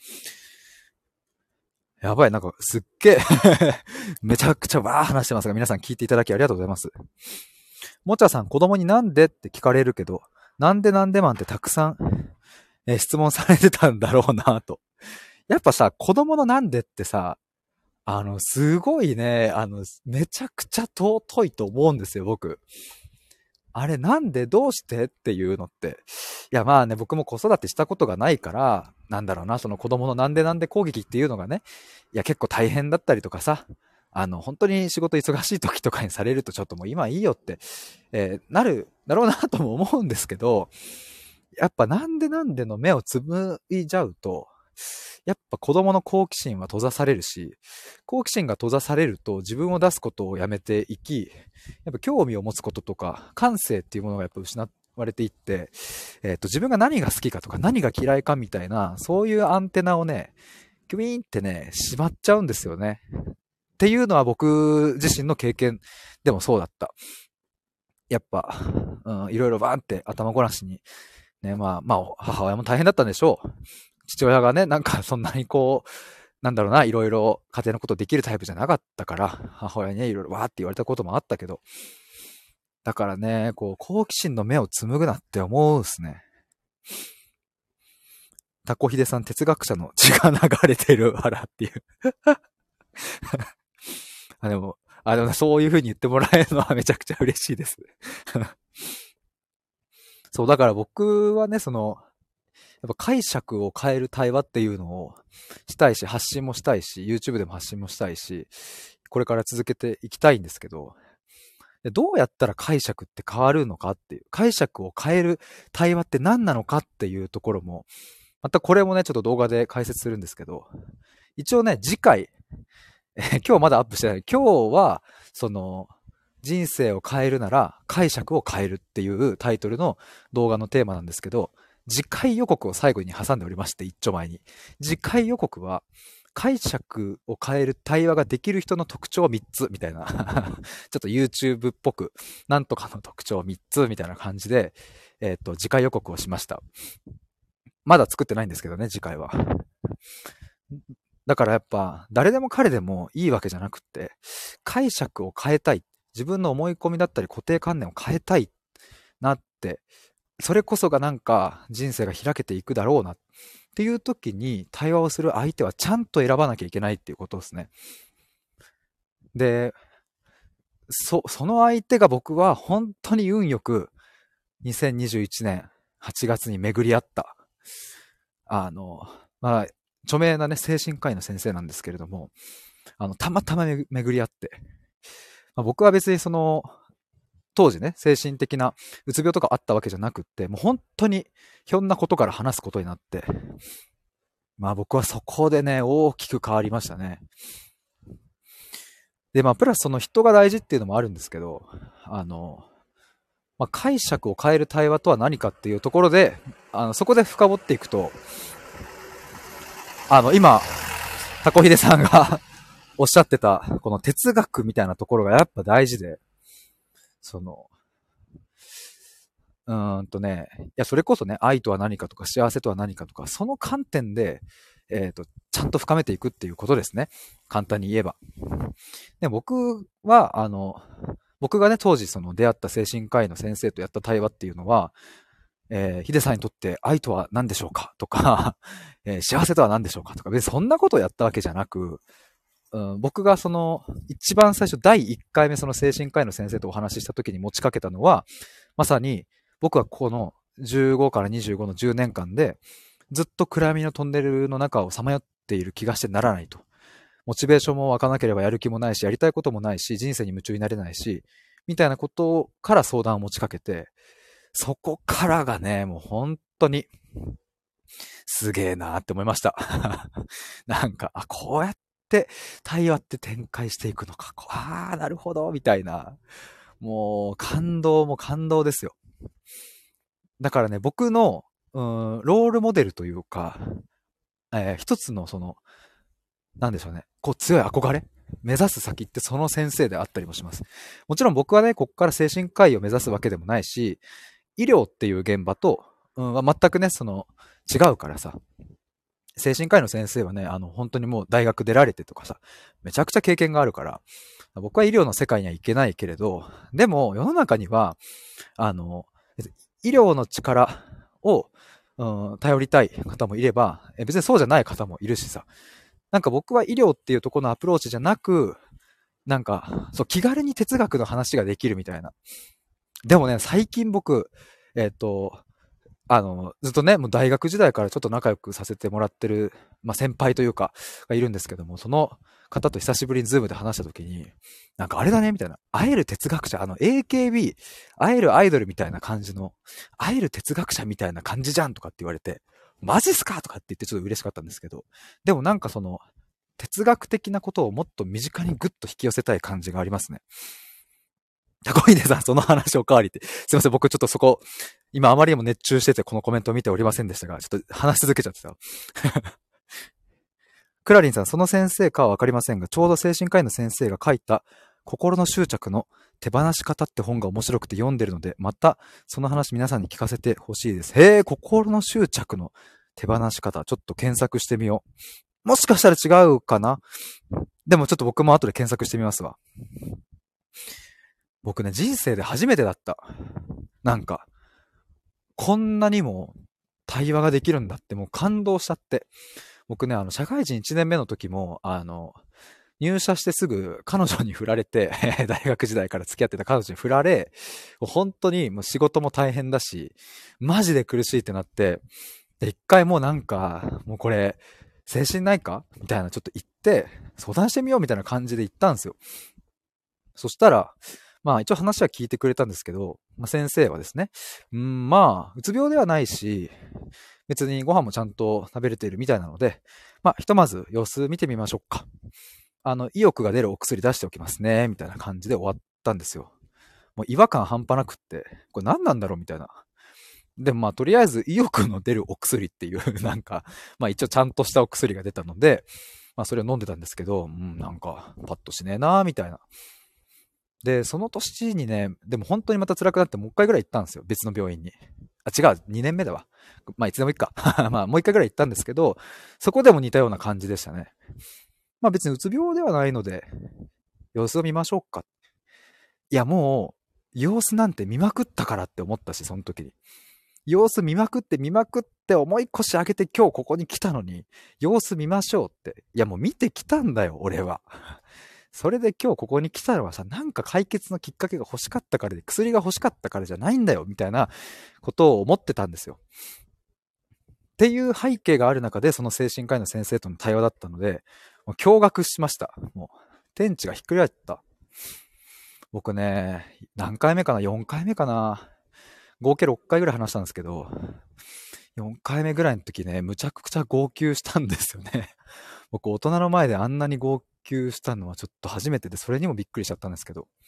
やばい、なんかすっげえめちゃくちゃわー話してますが、皆さん聞いていただきありがとうございます。もちゃさん、子供になんでって聞かれるけど、なんでなんでマンってたくさん、えー質問されてたんだろうなと。やっぱさ、子供のなんでってさ、あの、すごいね、あの、めちゃくちゃ尊いと思うんですよ、僕。あれなんでどうしてっていうのって。いやまあね、僕も子育てしたことがないから、なんだろうな、その子供のなんでなんで攻撃っていうのがね、いや結構大変だったりとかさ、あの、本当に仕事忙しい時とかにされるとちょっともう今いいよって、えーなる、だろうなとも思うんですけど、やっぱなんでなんでの目をつぶいちゃうと、やっぱ子供の好奇心は閉ざされるし、好奇心が閉ざされると自分を出すことをやめていき、やっぱ興味を持つこととか、感性っていうものがやっぱ失われていって、えっと、自分が何が好きかとか何が嫌いかみたいな、そういうアンテナをね、キュイーンってね、しまっちゃうんですよね。っていうのは僕自身の経験でもそうだった。やっぱ、うん、いろいろバーンって頭ごなしに、ね、まあ、まあ、母親も大変だったんでしょう。父親がね、なんかそんなにこう、なんだろうな、いろいろ家庭のことできるタイプじゃなかったから、母親にね、いろいろわーって言われたこともあったけど、だからね、こう、好奇心の目を紡ぐなって思うっすね。タコヒデさん、哲学者の血が流れてるわらっていう。あ、でも、あ、でもそういう風に言ってもらえるのはめちゃくちゃ嬉しいです。そう、だから僕はね、その、やっぱ解釈を変える対話っていうのをしたいし、発信もしたいし、YouTube でも発信もしたいし、これから続けていきたいんですけど、どうやったら解釈って変わるのかっていう、解釈を変える対話って何なのかっていうところも、またこれもね、ちょっと動画で解説するんですけど、一応ね、次回、えー今日まだアップしてない。今日は、その、人生を変えるなら解釈を変えるっていうタイトルの動画のテーマなんですけど、次回予告を最後に挟んでおりまして、一丁前に。次回予告は、解釈を変える対話ができる人の特徴みっつみたいなちょっと YouTube っぽく、なんとかの特徴みっつみたいな感じで、えっと、次回予告をしました。まだ作ってないんですけどね、次回は。だからやっぱ、誰でも彼でもいいわけじゃなくって、解釈を変えたい。自分の思い込みだったり固定観念を変えたいなって、それこそがなんか人生が開けていくだろうなっていう時に対話をする相手はちゃんと選ばなきゃいけないっていうことですね。で、そ、その相手が僕は本当に運よくにせんにじゅういちねんはちがつに巡り合った。あの、まあ、著名なね、精神科医の先生なんですけれども、あの、たまたまめ巡り合って、まあ、僕は別にその、当時ね、精神的なうつ病とかあったわけじゃなくって、もう本当にひょんなことから話すことになって、まあ僕はそこでね、大きく変わりましたね。で、まあプラスその人が大事っていうのもあるんですけど、あの、まあ、解釈を変える対話とは何かっていうところで、あの、そこで深掘っていくと、あの、今、タコヒデさんがおっしゃってた、この哲学みたいなところがやっぱ大事で、その、うーんとね、いや、それこそね、愛とは何かとか幸せとは何かとか、その観点で、えっと、ちゃんと深めていくっていうことですね。簡単に言えば。で、僕は、あの、僕がね、当時その出会った精神科医の先生とやった対話っていうのは、 えー、ヒデさんにとって愛とは何でしょうかとか、えー、幸せとは何でしょうかとか、別にそんなことをやったわけじゃなく、うん、僕がその、一番最初だいいっかいめその精神科医の先生とお話しした時に持ちかけたのは、まさに僕はこのじゅうごからにじゅうごのじゅうねんかんで、ずっと暗闇のトンネルの中をさまよっている気がしてならないと。モチベーションも湧かなければやる気もないし、やりたいこともないし、人生に夢中になれないし、みたいなことから相談を持ちかけて、そこからがね、もう本当に、すげえなーって思いました。なんか、あ、こうやって対話って展開していくのか。ああ、なるほど、みたいな。もう、感動も感動ですよ。だからね、僕の、うーん、ロールモデルというか、えー一つのその、なんでしょうね。こう強い憧れ目指す先ってその先生であったりもします。もちろん僕はね、ここから精神科医を目指すわけでもないし、医療っていう現場と、うん、は全くね、その、違うからさ。精神科医の先生はね、あの、本当にもう大学出られてとかさ、めちゃくちゃ経験があるから、僕は医療の世界には行けないけれど、でも世の中には、あの、医療の力を、うん、頼りたい方もいれば、別にそうじゃない方もいるしさ。なんか僕は医療っていうところのアプローチじゃなく、なんか、そう、気軽に哲学の話ができるみたいな。でもね、最近僕、えっと、あの、ずっとね、もう大学時代からちょっと仲良くさせてもらってる、まあ先輩というか、がいるんですけども、その方と久しぶりにズームで話した時に、なんかあれだね、みたいな。会える哲学者、あの エーケービー、会えるアイドルみたいな感じの、会える哲学者みたいな感じじゃんとかって言われて、マジっすかとかって言ってちょっと嬉しかったんですけど、でもなんかその、哲学的なことをもっと身近にグッと引き寄せたい感じがありますね。タコヒデさん、その話おかわりって。すいません、僕ちょっとそこ、今あまりにも熱中しててこのコメントを見ておりませんでしたが、ちょっと話し続けちゃってた。クラリンさん、その先生かはわかりませんが、ちょうど精神科医の先生が書いた心の執着の手放し方って本が面白くて読んでるので、またその話皆さんに聞かせてほしいです。へえ、心の執着の手放し方、ちょっと検索してみよう。もしかしたら違うかな。でもちょっと僕も後で検索してみますわ。僕ね、人生で初めてだった。なんか、こんなにも対話ができるんだってもう感動しちゃって。僕ね、あの、社会人いちねんめの時も、あの、入社してすぐ彼女に振られて、大学時代から付き合ってた彼女に振られ、本当にもう仕事も大変だし、マジで苦しいってなって、で、一回もうなんか、もうこれ、精神内科みたいなちょっと言って、相談してみようみたいな感じで言ったんですよ。そしたら、まあ一応話は聞いてくれたんですけど、まあ、先生はですね、うん、まあ、うつ病ではないし、別にご飯もちゃんと食べれているみたいなので、まあ、ひとまず様子見てみましょうか。あの、意欲が出るお薬出しておきますね、みたいな感じで終わったんですよ。もう違和感半端なくって、これ何なんだろうみたいな。でもまあ、とりあえず意欲の出るお薬っていう、なんか、まあ一応ちゃんとしたお薬が出たので、まあそれを飲んでたんですけど、うん、なんか、パッとしねえなーみたいな。で、その年にね、でも本当にまた辛くなってもう一回ぐらい行ったんですよ。別の病院に。あ、違う、にねんめだわ。まあいつでもいいか。まあもう一回ぐらい行ったんですけど、そこでも似たような感じでしたね。まあ別にうつ病ではないので、様子を見ましょうか。いやもう、様子なんて見まくったからって思ったし、その時に。様子見まくって見まくって思い腰上げて今日ここに来たのに、様子見ましょうって。いやもう見てきたんだよ、俺は。それで今日ここに来たのはさ、なんか解決のきっかけが欲しかったからで、薬が欲しかったからじゃないんだよ、みたいなことを思ってたんですよ。っていう背景がある中で、その精神科医の先生との対話だったので、もう驚愕しました。もう、天地がひっくり返った。僕ね、何回目かな ?よん 回目かな合計ろっかいぐらい話したんですけど、よんかいめぐらいの時ね、むちゃくちゃ号泣したんですよね。僕、大人の前であんなに号泣したのはちょっと初めてで、それにもびっくりしちゃったんですけど。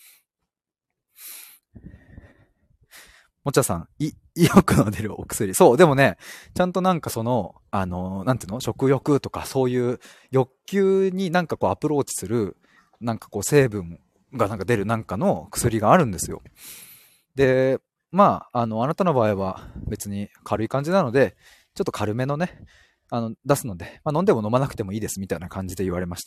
もちゃさん、い、意欲の出るお薬。そう、でもね、ちゃんとなんかその、あの、なんていうの食欲とかそういう欲求になんかこうアプローチする、なんかこう成分がなんか出るなんかの薬があるんですよ。で、まあ、あの、あなたの場合は別に軽い感じなので、ちょっと軽めのね、あの、出すので、まあ、飲んでも飲まなくてもいいですみたいな感じで言われました。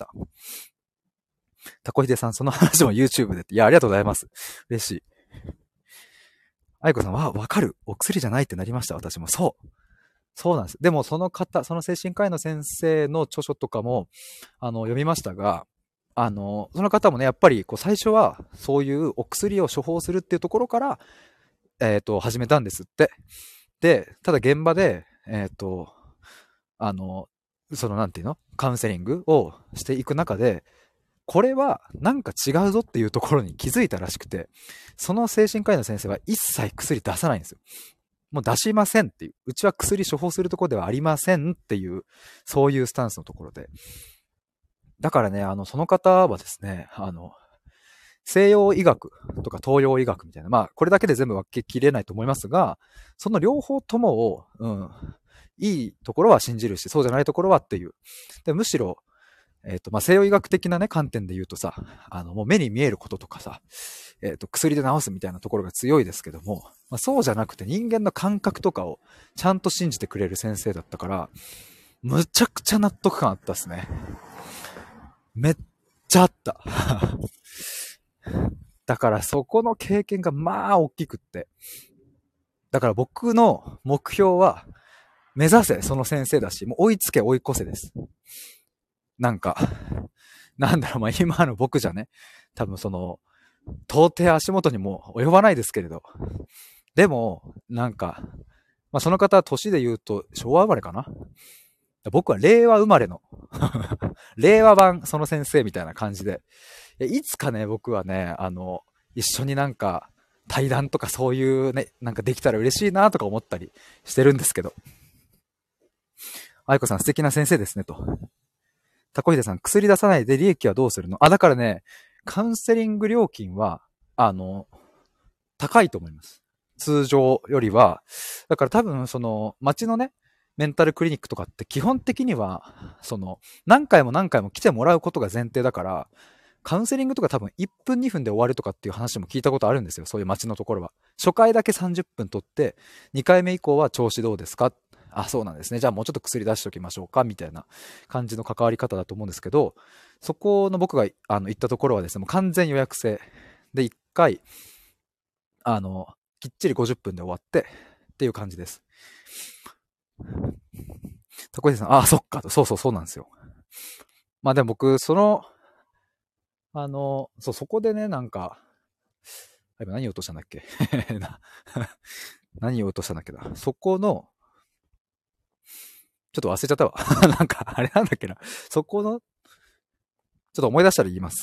タコヒデさん、その話も YouTube でって。いや、ありがとうございます。嬉しい。 愛子さんは、わかる。お薬じゃないってなりました。私も。そう。そうなんです。でもその方、その精神科医の先生の著書とかも、あの、読みましたが、あの、その方もね、やっぱり、こう、最初は、そういうお薬を処方するっていうところから、えっと、始めたんですって。で、ただ現場で、えっと、あの、その、なんていうのカウンセリングをしていく中で、これはなんか違うぞっていうところに気づいたらしくて、その精神科医の先生は一切薬出さないんですよ。もう出しませんっていう。うちは薬処方するところではありませんっていう、そういうスタンスのところで。だからね、あの、その方はですね、あの、西洋医学とか東洋医学みたいな、まあ、これだけで全部分けきれないと思いますが、その両方ともを、うん、いいところは信じるし、そうじゃないところはっていう。でむしろ、えっと、まあ、西洋医学的なね、観点で言うとさ、あの、もう目に見えることとかさ、えっと、薬で治すみたいなところが強いですけども、まあ、そうじゃなくて人間の感覚とかをちゃんと信じてくれる先生だったから、むちゃくちゃ納得感あったっすね。めっちゃあった。だからそこの経験がまあ大きくって。だから僕の目標は、目指せ、その先生だし、もう追いつけ追い越せです。なんか、なんだろう、まあ今の僕じゃね、多分その、到底足元にも及ばないですけれど。でも、なんか、まあその方は年で言うと昭和生まれかな。僕は令和生まれの令和版その先生みたいな感じで。いつかね、僕はね、あの、一緒になんか対談とかそういうね、なんかできたら嬉しいなとか思ったりしてるんですけど。愛子さん素敵な先生ですねと。タコヒデさん、薬出さないで利益はどうするの？あ、だからね、カウンセリング料金は、あの、高いと思います。通常よりは。だから多分、その、街のね、メンタルクリニックとかって基本的には、その、何回も何回も来てもらうことが前提だから、カウンセリングとか多分いっぷんにふんで終わるとかっていう話も聞いたことあるんですよ。そういう街のところは。初回だけさんじゅっぷん取って、にかいめ以降は調子どうですか？あ、そうなんですね。じゃあもうちょっと薬出しておきましょうかみたいな感じの関わり方だと思うんですけど、そこの僕があの行ったところはですね、もう完全予約制でいっかい、あの、きっちりごじゅっぷんで終わってっていう感じです。タコイさん、あ、そっか、そうそうそうなんですよ。まあでも僕、その、あの、そう、そこでね、なんか、今何言おうとしたんだっけ何言おうとしたんだっけな。そこの、ちょっと忘れちゃったわ。なんか、あれなんだっけな。そこの、ちょっと思い出したら言います。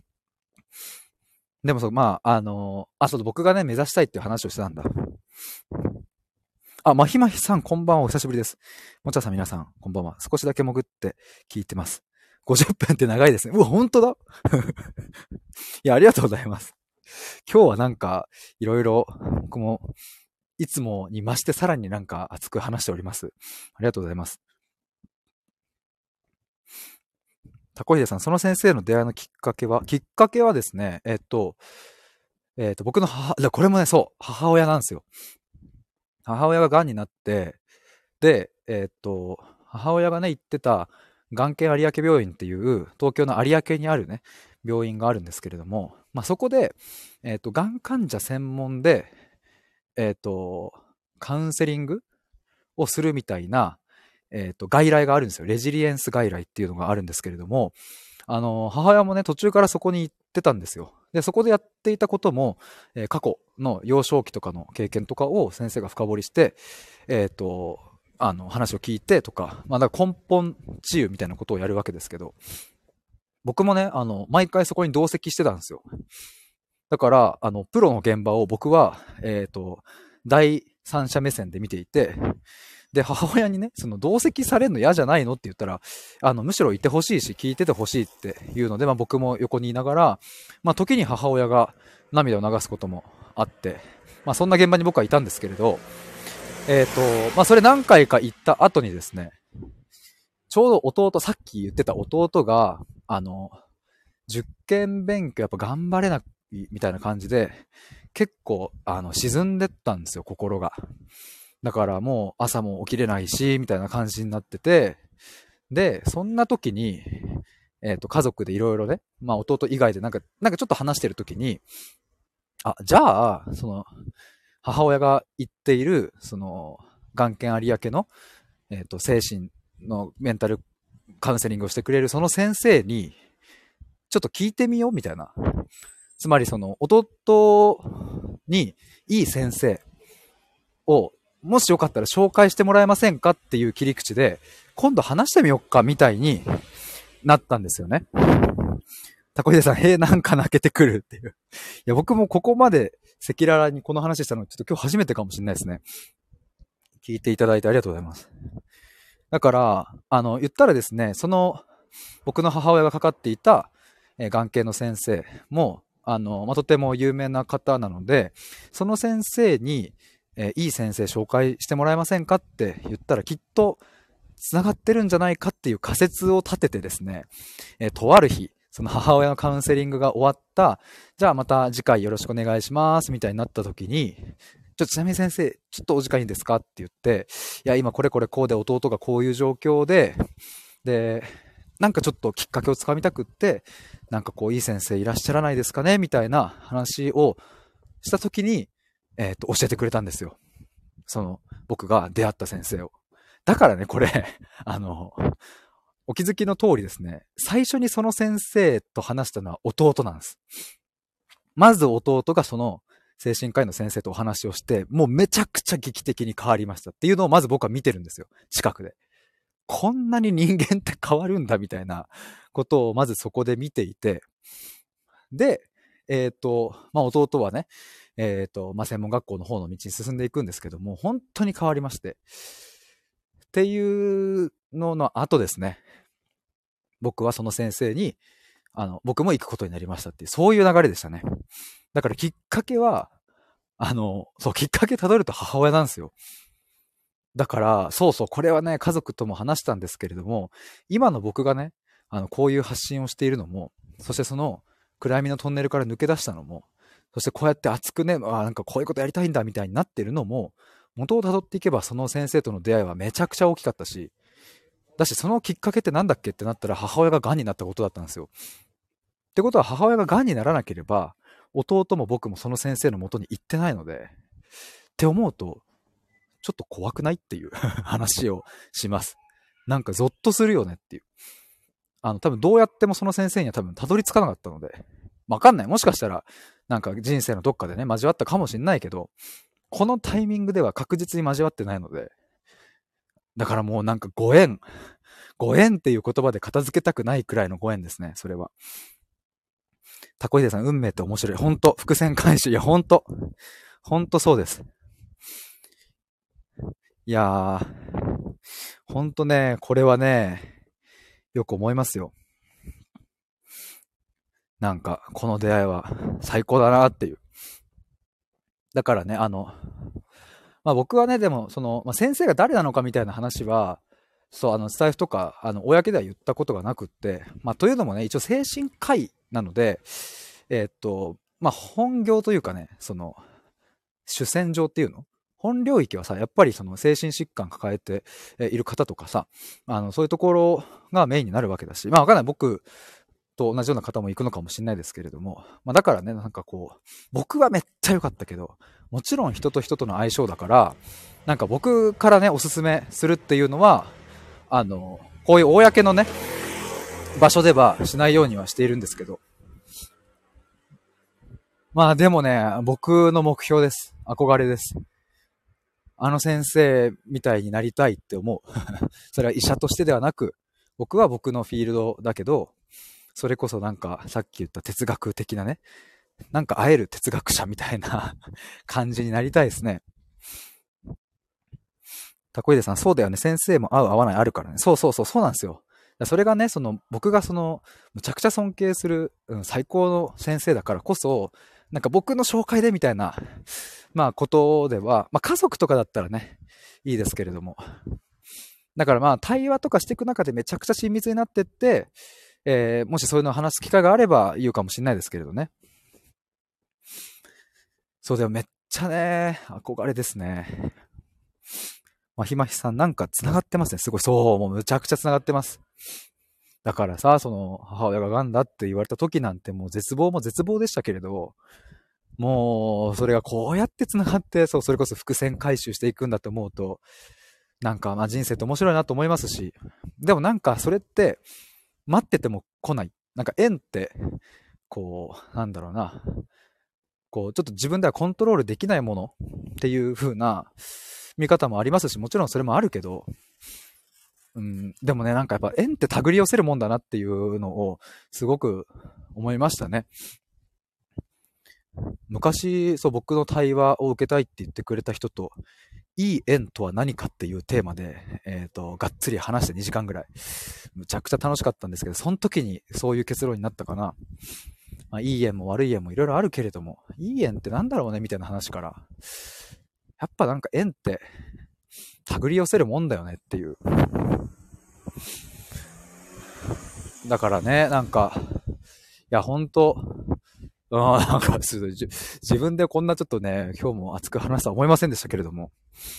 でもそう、まあ、あのーあ、そう、僕がね、目指したいっていう話をしてたんだ。あ、まひまひさん、こんばんは、お久しぶりです。もちゃさん、皆さん、こんばんは。少しだけ潜って聞いてます。ごじゅっぷんって長いですね。うわ、ほんとだいや、ありがとうございます。今日はなんか、いろいろ、僕も、いつもに増してさらになんか熱く話しております。ありがとうございます。タコヒデさん、その先生の出会いのきっかけは、きっかけはですね、えっと、えっと、僕の母、これもね、そう、母親なんですよ。母親が癌になって、で、えっと、母親がね、行ってた、癌系有明病院っていう、東京の有明にあるね、病院があるんですけれども、まあ、そこで、えっと、癌患者専門で、えっと、カウンセリングをするみたいな、えっと、外来があるんですよ。レジリエンス外来っていうのがあるんですけれども、あの、母親もね、途中からそこに行ってたんですよ。で、そこでやっていたことも、えー過去の幼少期とかの経験とかを先生が深掘りして、えっと、あの、話を聞いてとか、まあ、だから根本治癒みたいなことをやるわけですけど、僕もね、あの、毎回そこに同席してたんですよ。だから、あの、プロの現場を僕は、えっと、第三者目線で見ていて、で、母親にね、その同席されるの嫌じゃないのって言ったら、あの、むしろいてほしいし、聞いててほしいっていうので、まあ僕も横にいながら、まあ時に母親が涙を流すこともあって、まあそんな現場に僕はいたんですけれど、えっと、まあそれ何回か行った後にですね、ちょうど弟、さっき言ってた弟が、あの、受験勉強やっぱ頑張れないみたいな感じで、結構、あの、沈んでったんですよ、心が。だからもう朝も起きれないし、みたいな感じになってて、で、そんな時に、えっと、家族でいろいろね、まあ弟以外でなんか、なんかちょっと話してる時に、あ、じゃあ、その、 母親が言っている、その、眼研有明の、えっと、精神のメンタルカウンセリングをしてくれるその先生に、ちょっと聞いてみようみたいな。つまりその、弟にいい先生を、もしよかったら紹介してもらえませんかっていう切り口で、今度話してみよっかみたいになったんですよね。タコヒデさん、へえ、なんか泣けてくるっていう。いや、僕もここまで赤裸々にこの話したの、ちょっと今日初めてかもしれないですね。聞いていただいてありがとうございます。だから、あの、言ったらですね、その、僕の母親がかかっていた、えー、眼系の先生も、あの、まあ、とても有名な方なので、その先生に、えー、いい先生紹介してもらえませんかって言ったら、きっと、繋がってるんじゃないかっていう仮説を立ててですね、えー、とある日、その母親のカウンセリングが終わった、じゃあまた次回よろしくお願いします、みたいになった時に、ちょ、ちなみに先生、ちょっとお時間いいですかって言って、いや、今これこれこうで弟がこういう状況で、で、なんかちょっときっかけをつかみたくって、なんかこういい先生いらっしゃらないですかねみたいな話をした時に、えっと、教えてくれたんですよ。その、僕が出会った先生を。だからね、これ、あの、お気づきの通りですね、最初にその先生と話したのは弟なんです。まず弟がその精神科医の先生とお話をして、もうめちゃくちゃ劇的に変わりましたっていうのをまず僕は見てるんですよ。近くで。こんなに人間って変わるんだみたいなことをまずそこで見ていて、で、えっと、まあ弟はね、えっと、まあ専門学校の方の道に進んでいくんですけども、本当に変わりまして。っていうのの後ですね、僕はその先生に、あの、僕も行くことになりましたっていう、そういう流れでしたね。だからきっかけは、あの、そう、きっかけたどると母親なんですよ。だから、そうそう、これはね、家族とも話したんですけれども、今の僕がね、あの、こういう発信をしているのも、そしてその、暗闇のトンネルから抜け出したのも、そしてこうやって熱くね、あ、なんかこういうことやりたいんだみたいになってるのも、元をたどっていけばその先生との出会いはめちゃくちゃ大きかったし、だしそのきっかけってなんだっけってなったら母親が癌になったことだったんですよ。ってことは母親が癌にならなければ、弟も僕もその先生の元に行ってないので、って思うと、ちょっと怖くないっていう話をします。なんかゾッとするよねっていう。あの、多分どうやってもその先生には多分たどり着かなかったので、わかんない。もしかしたら、なんか人生のどっかでね、交わったかもしれないけど、このタイミングでは確実に交わってないので、だからもうなんかご縁、ご縁っていう言葉で片付けたくないくらいのご縁ですね、それは。タコヒデさん、運命って面白い。ほんと、伏線回収。いや、ほんと。ほんとそうです。いやー、ほんとね、これはね、よく思いますよ。なんか、この出会いは最高だなっていう。だからね、あの、まあ僕はね、でも、その、まあ、先生が誰なのかみたいな話は、そう、あの、スタイフとか、あの、公では言ったことがなくって、まあ、というのもね、一応精神科医なので、えーっと、まあ、本業というかね、その、主戦場っていうの本領域はさ、やっぱりその精神疾患抱えている方とかさ、あの、そういうところがメインになるわけだし、まあわかんない。僕と同じような方も行くのかもしれないですけれども、まあだからね、なんかこう、僕はめっちゃ良かったけど、もちろん人と人との相性だから、なんか僕からね、おすすめするっていうのは、あの、こういう公のね、場所ではしないようにはしているんですけど、まあでもね、僕の目標です。憧れです。あの先生みたいになりたいって思う。それは医者としてではなく、僕は僕のフィールドだけど、それこそなんかさっき言った哲学的なね、なんか会える哲学者みたいな感じになりたいですね。タコイデさん、そうだよね。先生も合う合わないあるからね。そうそうそう、そうなんですよ。それがね、その、僕がその、むちゃくちゃ尊敬する、うん、最高の先生だからこそ、なんか僕の紹介でみたいな、まあことでは、まあ家族とかだったらね、いいですけれども。だからまあ対話とかしていく中でめちゃくちゃ親密になってって、えー、もしそういうのを話す機会があれば言うかもしれないですけれどね。そうでもめっちゃね、憧れですね。まひまひさんなんか繋がってますね。すごい。そう、もうむちゃくちゃ繋がってます。だからさ、その母親が癌だって言われた時なんてもう絶望も絶望でしたけれど、 もう、それがこうやって繋がって、そう、それこそ伏線回収していくんだと思うと、なんか、まあ人生って面白いなと思いますし、でもなんかそれって、待ってても来ない。なんか縁って、こう、なんだろうな、こう、ちょっと自分ではコントロールできないものっていう風な見方もありますし、もちろんそれもあるけど、うん、でもね、なんかやっぱ縁って手繰り寄せるもんだなっていうのを、すごく思いましたね。昔、そう、僕の対話を受けたいって言ってくれた人と、いい縁とは何かっていうテーマで、えっと、がっつり話してにじかんぐらい。むちゃくちゃ楽しかったんですけど、その時にそういう結論になったかな。まあ、いい縁も悪い縁もいろいろあるけれども、いい縁ってなんだろうねみたいな話から、やっぱなんか縁って手繰り寄せるもんだよねっていう。だからね、なんか、いや、ほんと、あなんか自分でこんなちょっとね、今日も熱く話すとは思いませんでしたけれども。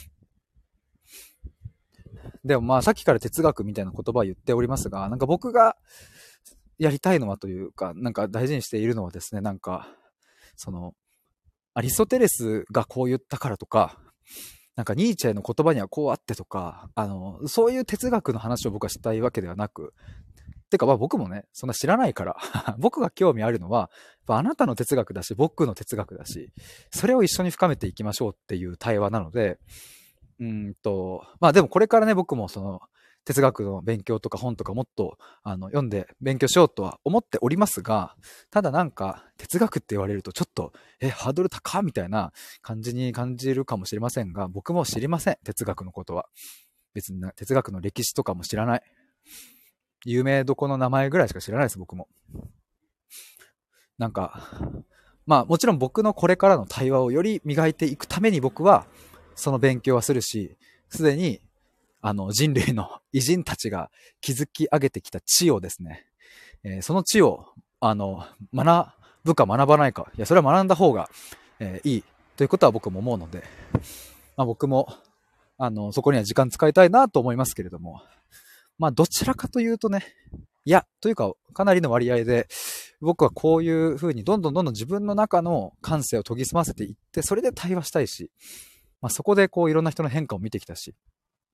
でもまあさっきから哲学みたいな言葉を言っておりますが、なんか僕がやりたいのはというか、なんか大事にしているのはですね、なんか、その、アリストテレスがこう言ったからとか、なんかニーチェの言葉にはこうあってとか、あの、そういう哲学の話を僕はしたいわけではなく、てかまあ僕もね、そんな知らないから僕が興味あるのは、あなたの哲学だし、僕の哲学だし、それを一緒に深めていきましょうっていう対話なので、うんと、まあでもこれからね、僕もその、哲学の勉強とか本とかもっとあの読んで勉強しようとは思っておりますが、ただなんか哲学って言われるとちょっと、え、ハードル高みたいな感じに感じるかもしれませんが、僕も知りません、哲学のことは。別に哲学の歴史とかも知らない。有名どこの名前ぐらいしか知らないです、僕も。なんか、まあもちろん僕のこれからの対話をより磨いていくために僕はその勉強はするし、すでにあの人類の偉人たちが築き上げてきた知をですね、えーその知をあの学ぶか学ばないか、いやそれは学んだ方が、えーいいということは僕も思うので、まあ、僕もあのそこには時間使いたいなと思いますけれども、まあどちらかというとね、いや、というかかなりの割合で僕はこういう風にどんどんどんどん自分の中の感性を研ぎ澄ませていって、それで対話したいし、まあ、そこでこういろんな人の変化を見てきたし、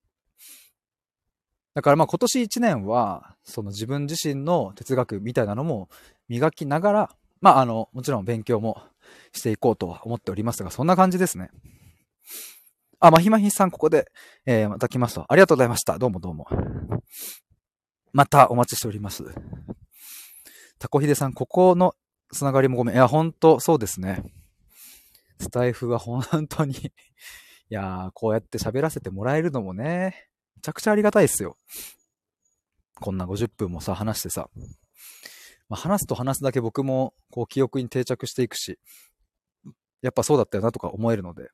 だからまあ今年いちねんは、その自分自身の哲学みたいなのも磨きながら、まああの、もちろん勉強もしていこうとは思っておりますが、そんな感じですね。あ、まひまひさんここで、えー、また来ますと。ありがとうございました。どうもどうも。またお待ちしております。タコヒデさん、ここのつながりもごめん。いや、ほんとそうですね。スタイフは本当にいやー、こうやって喋らせてもらえるのもね、めちゃくちゃありがたいですよ。こんなごじゅっぷんもさ、話してさ。まあ、話すと話すだけ僕もこう記憶に定着していくし、やっぱそうだったよなとか思えるので。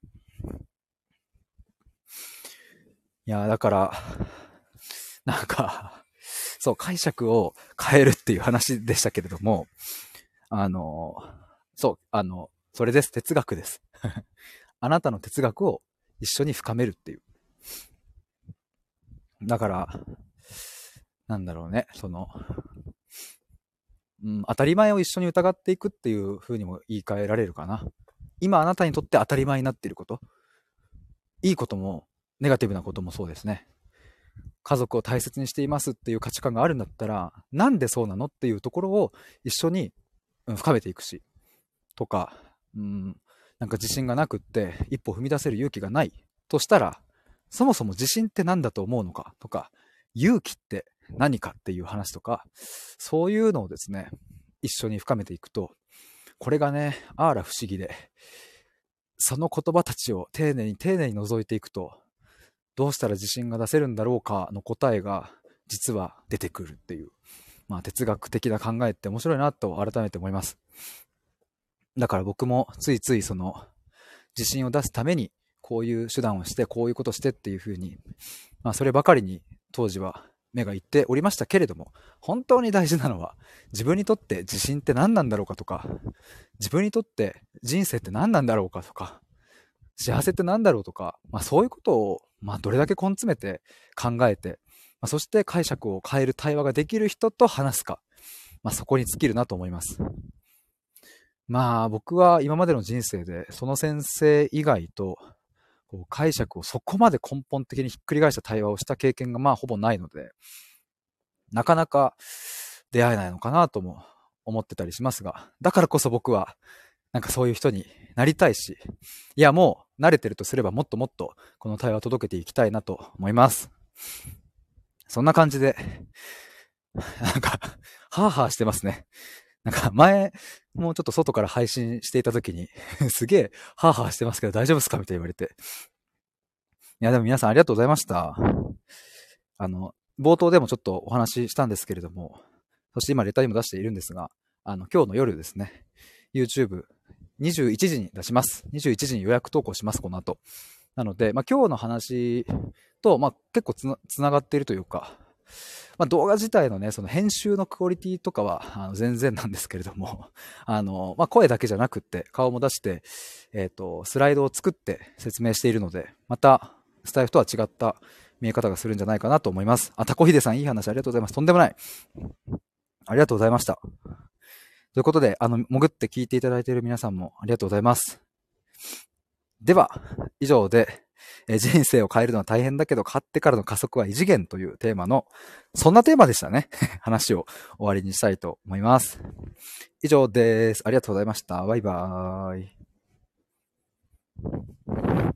いやー、だから、なんか、そう、解釈を変えるっていう話でしたけれども、あの、そう、あの、それです。哲学です。あなたの哲学を一緒に深めるっていう。だから、なんだろうね、その、うん、当たり前を一緒に疑っていくっていう風にも言い換えられるかな。今あなたにとって当たり前になっていること、いいこともネガティブなこともそうですね。家族を大切にしていますっていう価値観があるんだったら、なんでそうなのっていうところを一緒に深めていくし、とか、うん、なんか自信がなくって一歩踏み出せる勇気がないとしたら、そもそも自信って何だと思うのかとか、勇気って何かっていう話とか、そういうのをですね、一緒に深めていくと、これがね、あら不思議で、その言葉たちを丁寧に丁寧に覗いていくと、どうしたら自信が出せるんだろうかの答えが実は出てくるっていう、まあ哲学的な考えって面白いなと改めて思います。だから僕もついついその自信を出すためにこういう手段をしてこういうことしてっていうふうに、まあそればかりに当時は目がいっておりましたけれども、本当に大事なのは自分にとって自信って何なんだろうかとか、自分にとって人生って何なんだろうかとか、幸せって何だろうとか、まあそういうことをまあどれだけ根詰めて考えて、まあ、そして解釈を変える対話ができる人と話すか、まあそこに尽きるなと思います。 まあ僕は今までの人生でその先生以外とこう解釈をそこまで根本的にひっくり返した対話をした経験がまあほぼないので、なかなか出会えないのかなとも思ってたりしますが、だからこそ僕はなんかそういう人になりたいし、いやもう慣れてるとすればもっともっとこの対話を届けていきたいなと思います。そんな感じで、なんか、ハーハーしてますね。なんか前、もうちょっと外から配信していた時にすげえハーハーしてますけど大丈夫ですかみたいに言われて。いやでも皆さんありがとうございました。あの、冒頭でもちょっとお話ししたんですけれども、そして今レターにも出しているんですが、あの、今日の夜ですね、YouTubeにじゅういちじに出します。にじゅういちじに予約投稿します、この後。なので、まあ、今日の話と、まあ、結構つな、つながっているというか、まあ、動画自体のね、その編集のクオリティとかはあの全然なんですけれども、あの、まあ、声だけじゃなくって、顔も出して、えっと、スライドを作って説明しているので、また、スタイフとは違った見え方がするんじゃないかなと思います。あ、タコヒデさんいい話ありがとうございます。とんでもない。ありがとうございました。ということで、あの、潜って聞いていただいている皆さんもありがとうございます。では、以上で、え人生を変えるのは大変だけど、買ってからの加速は異次元というテーマの、そんなテーマでしたね。話を終わりにしたいと思います。以上です。ありがとうございました。バイバーイ。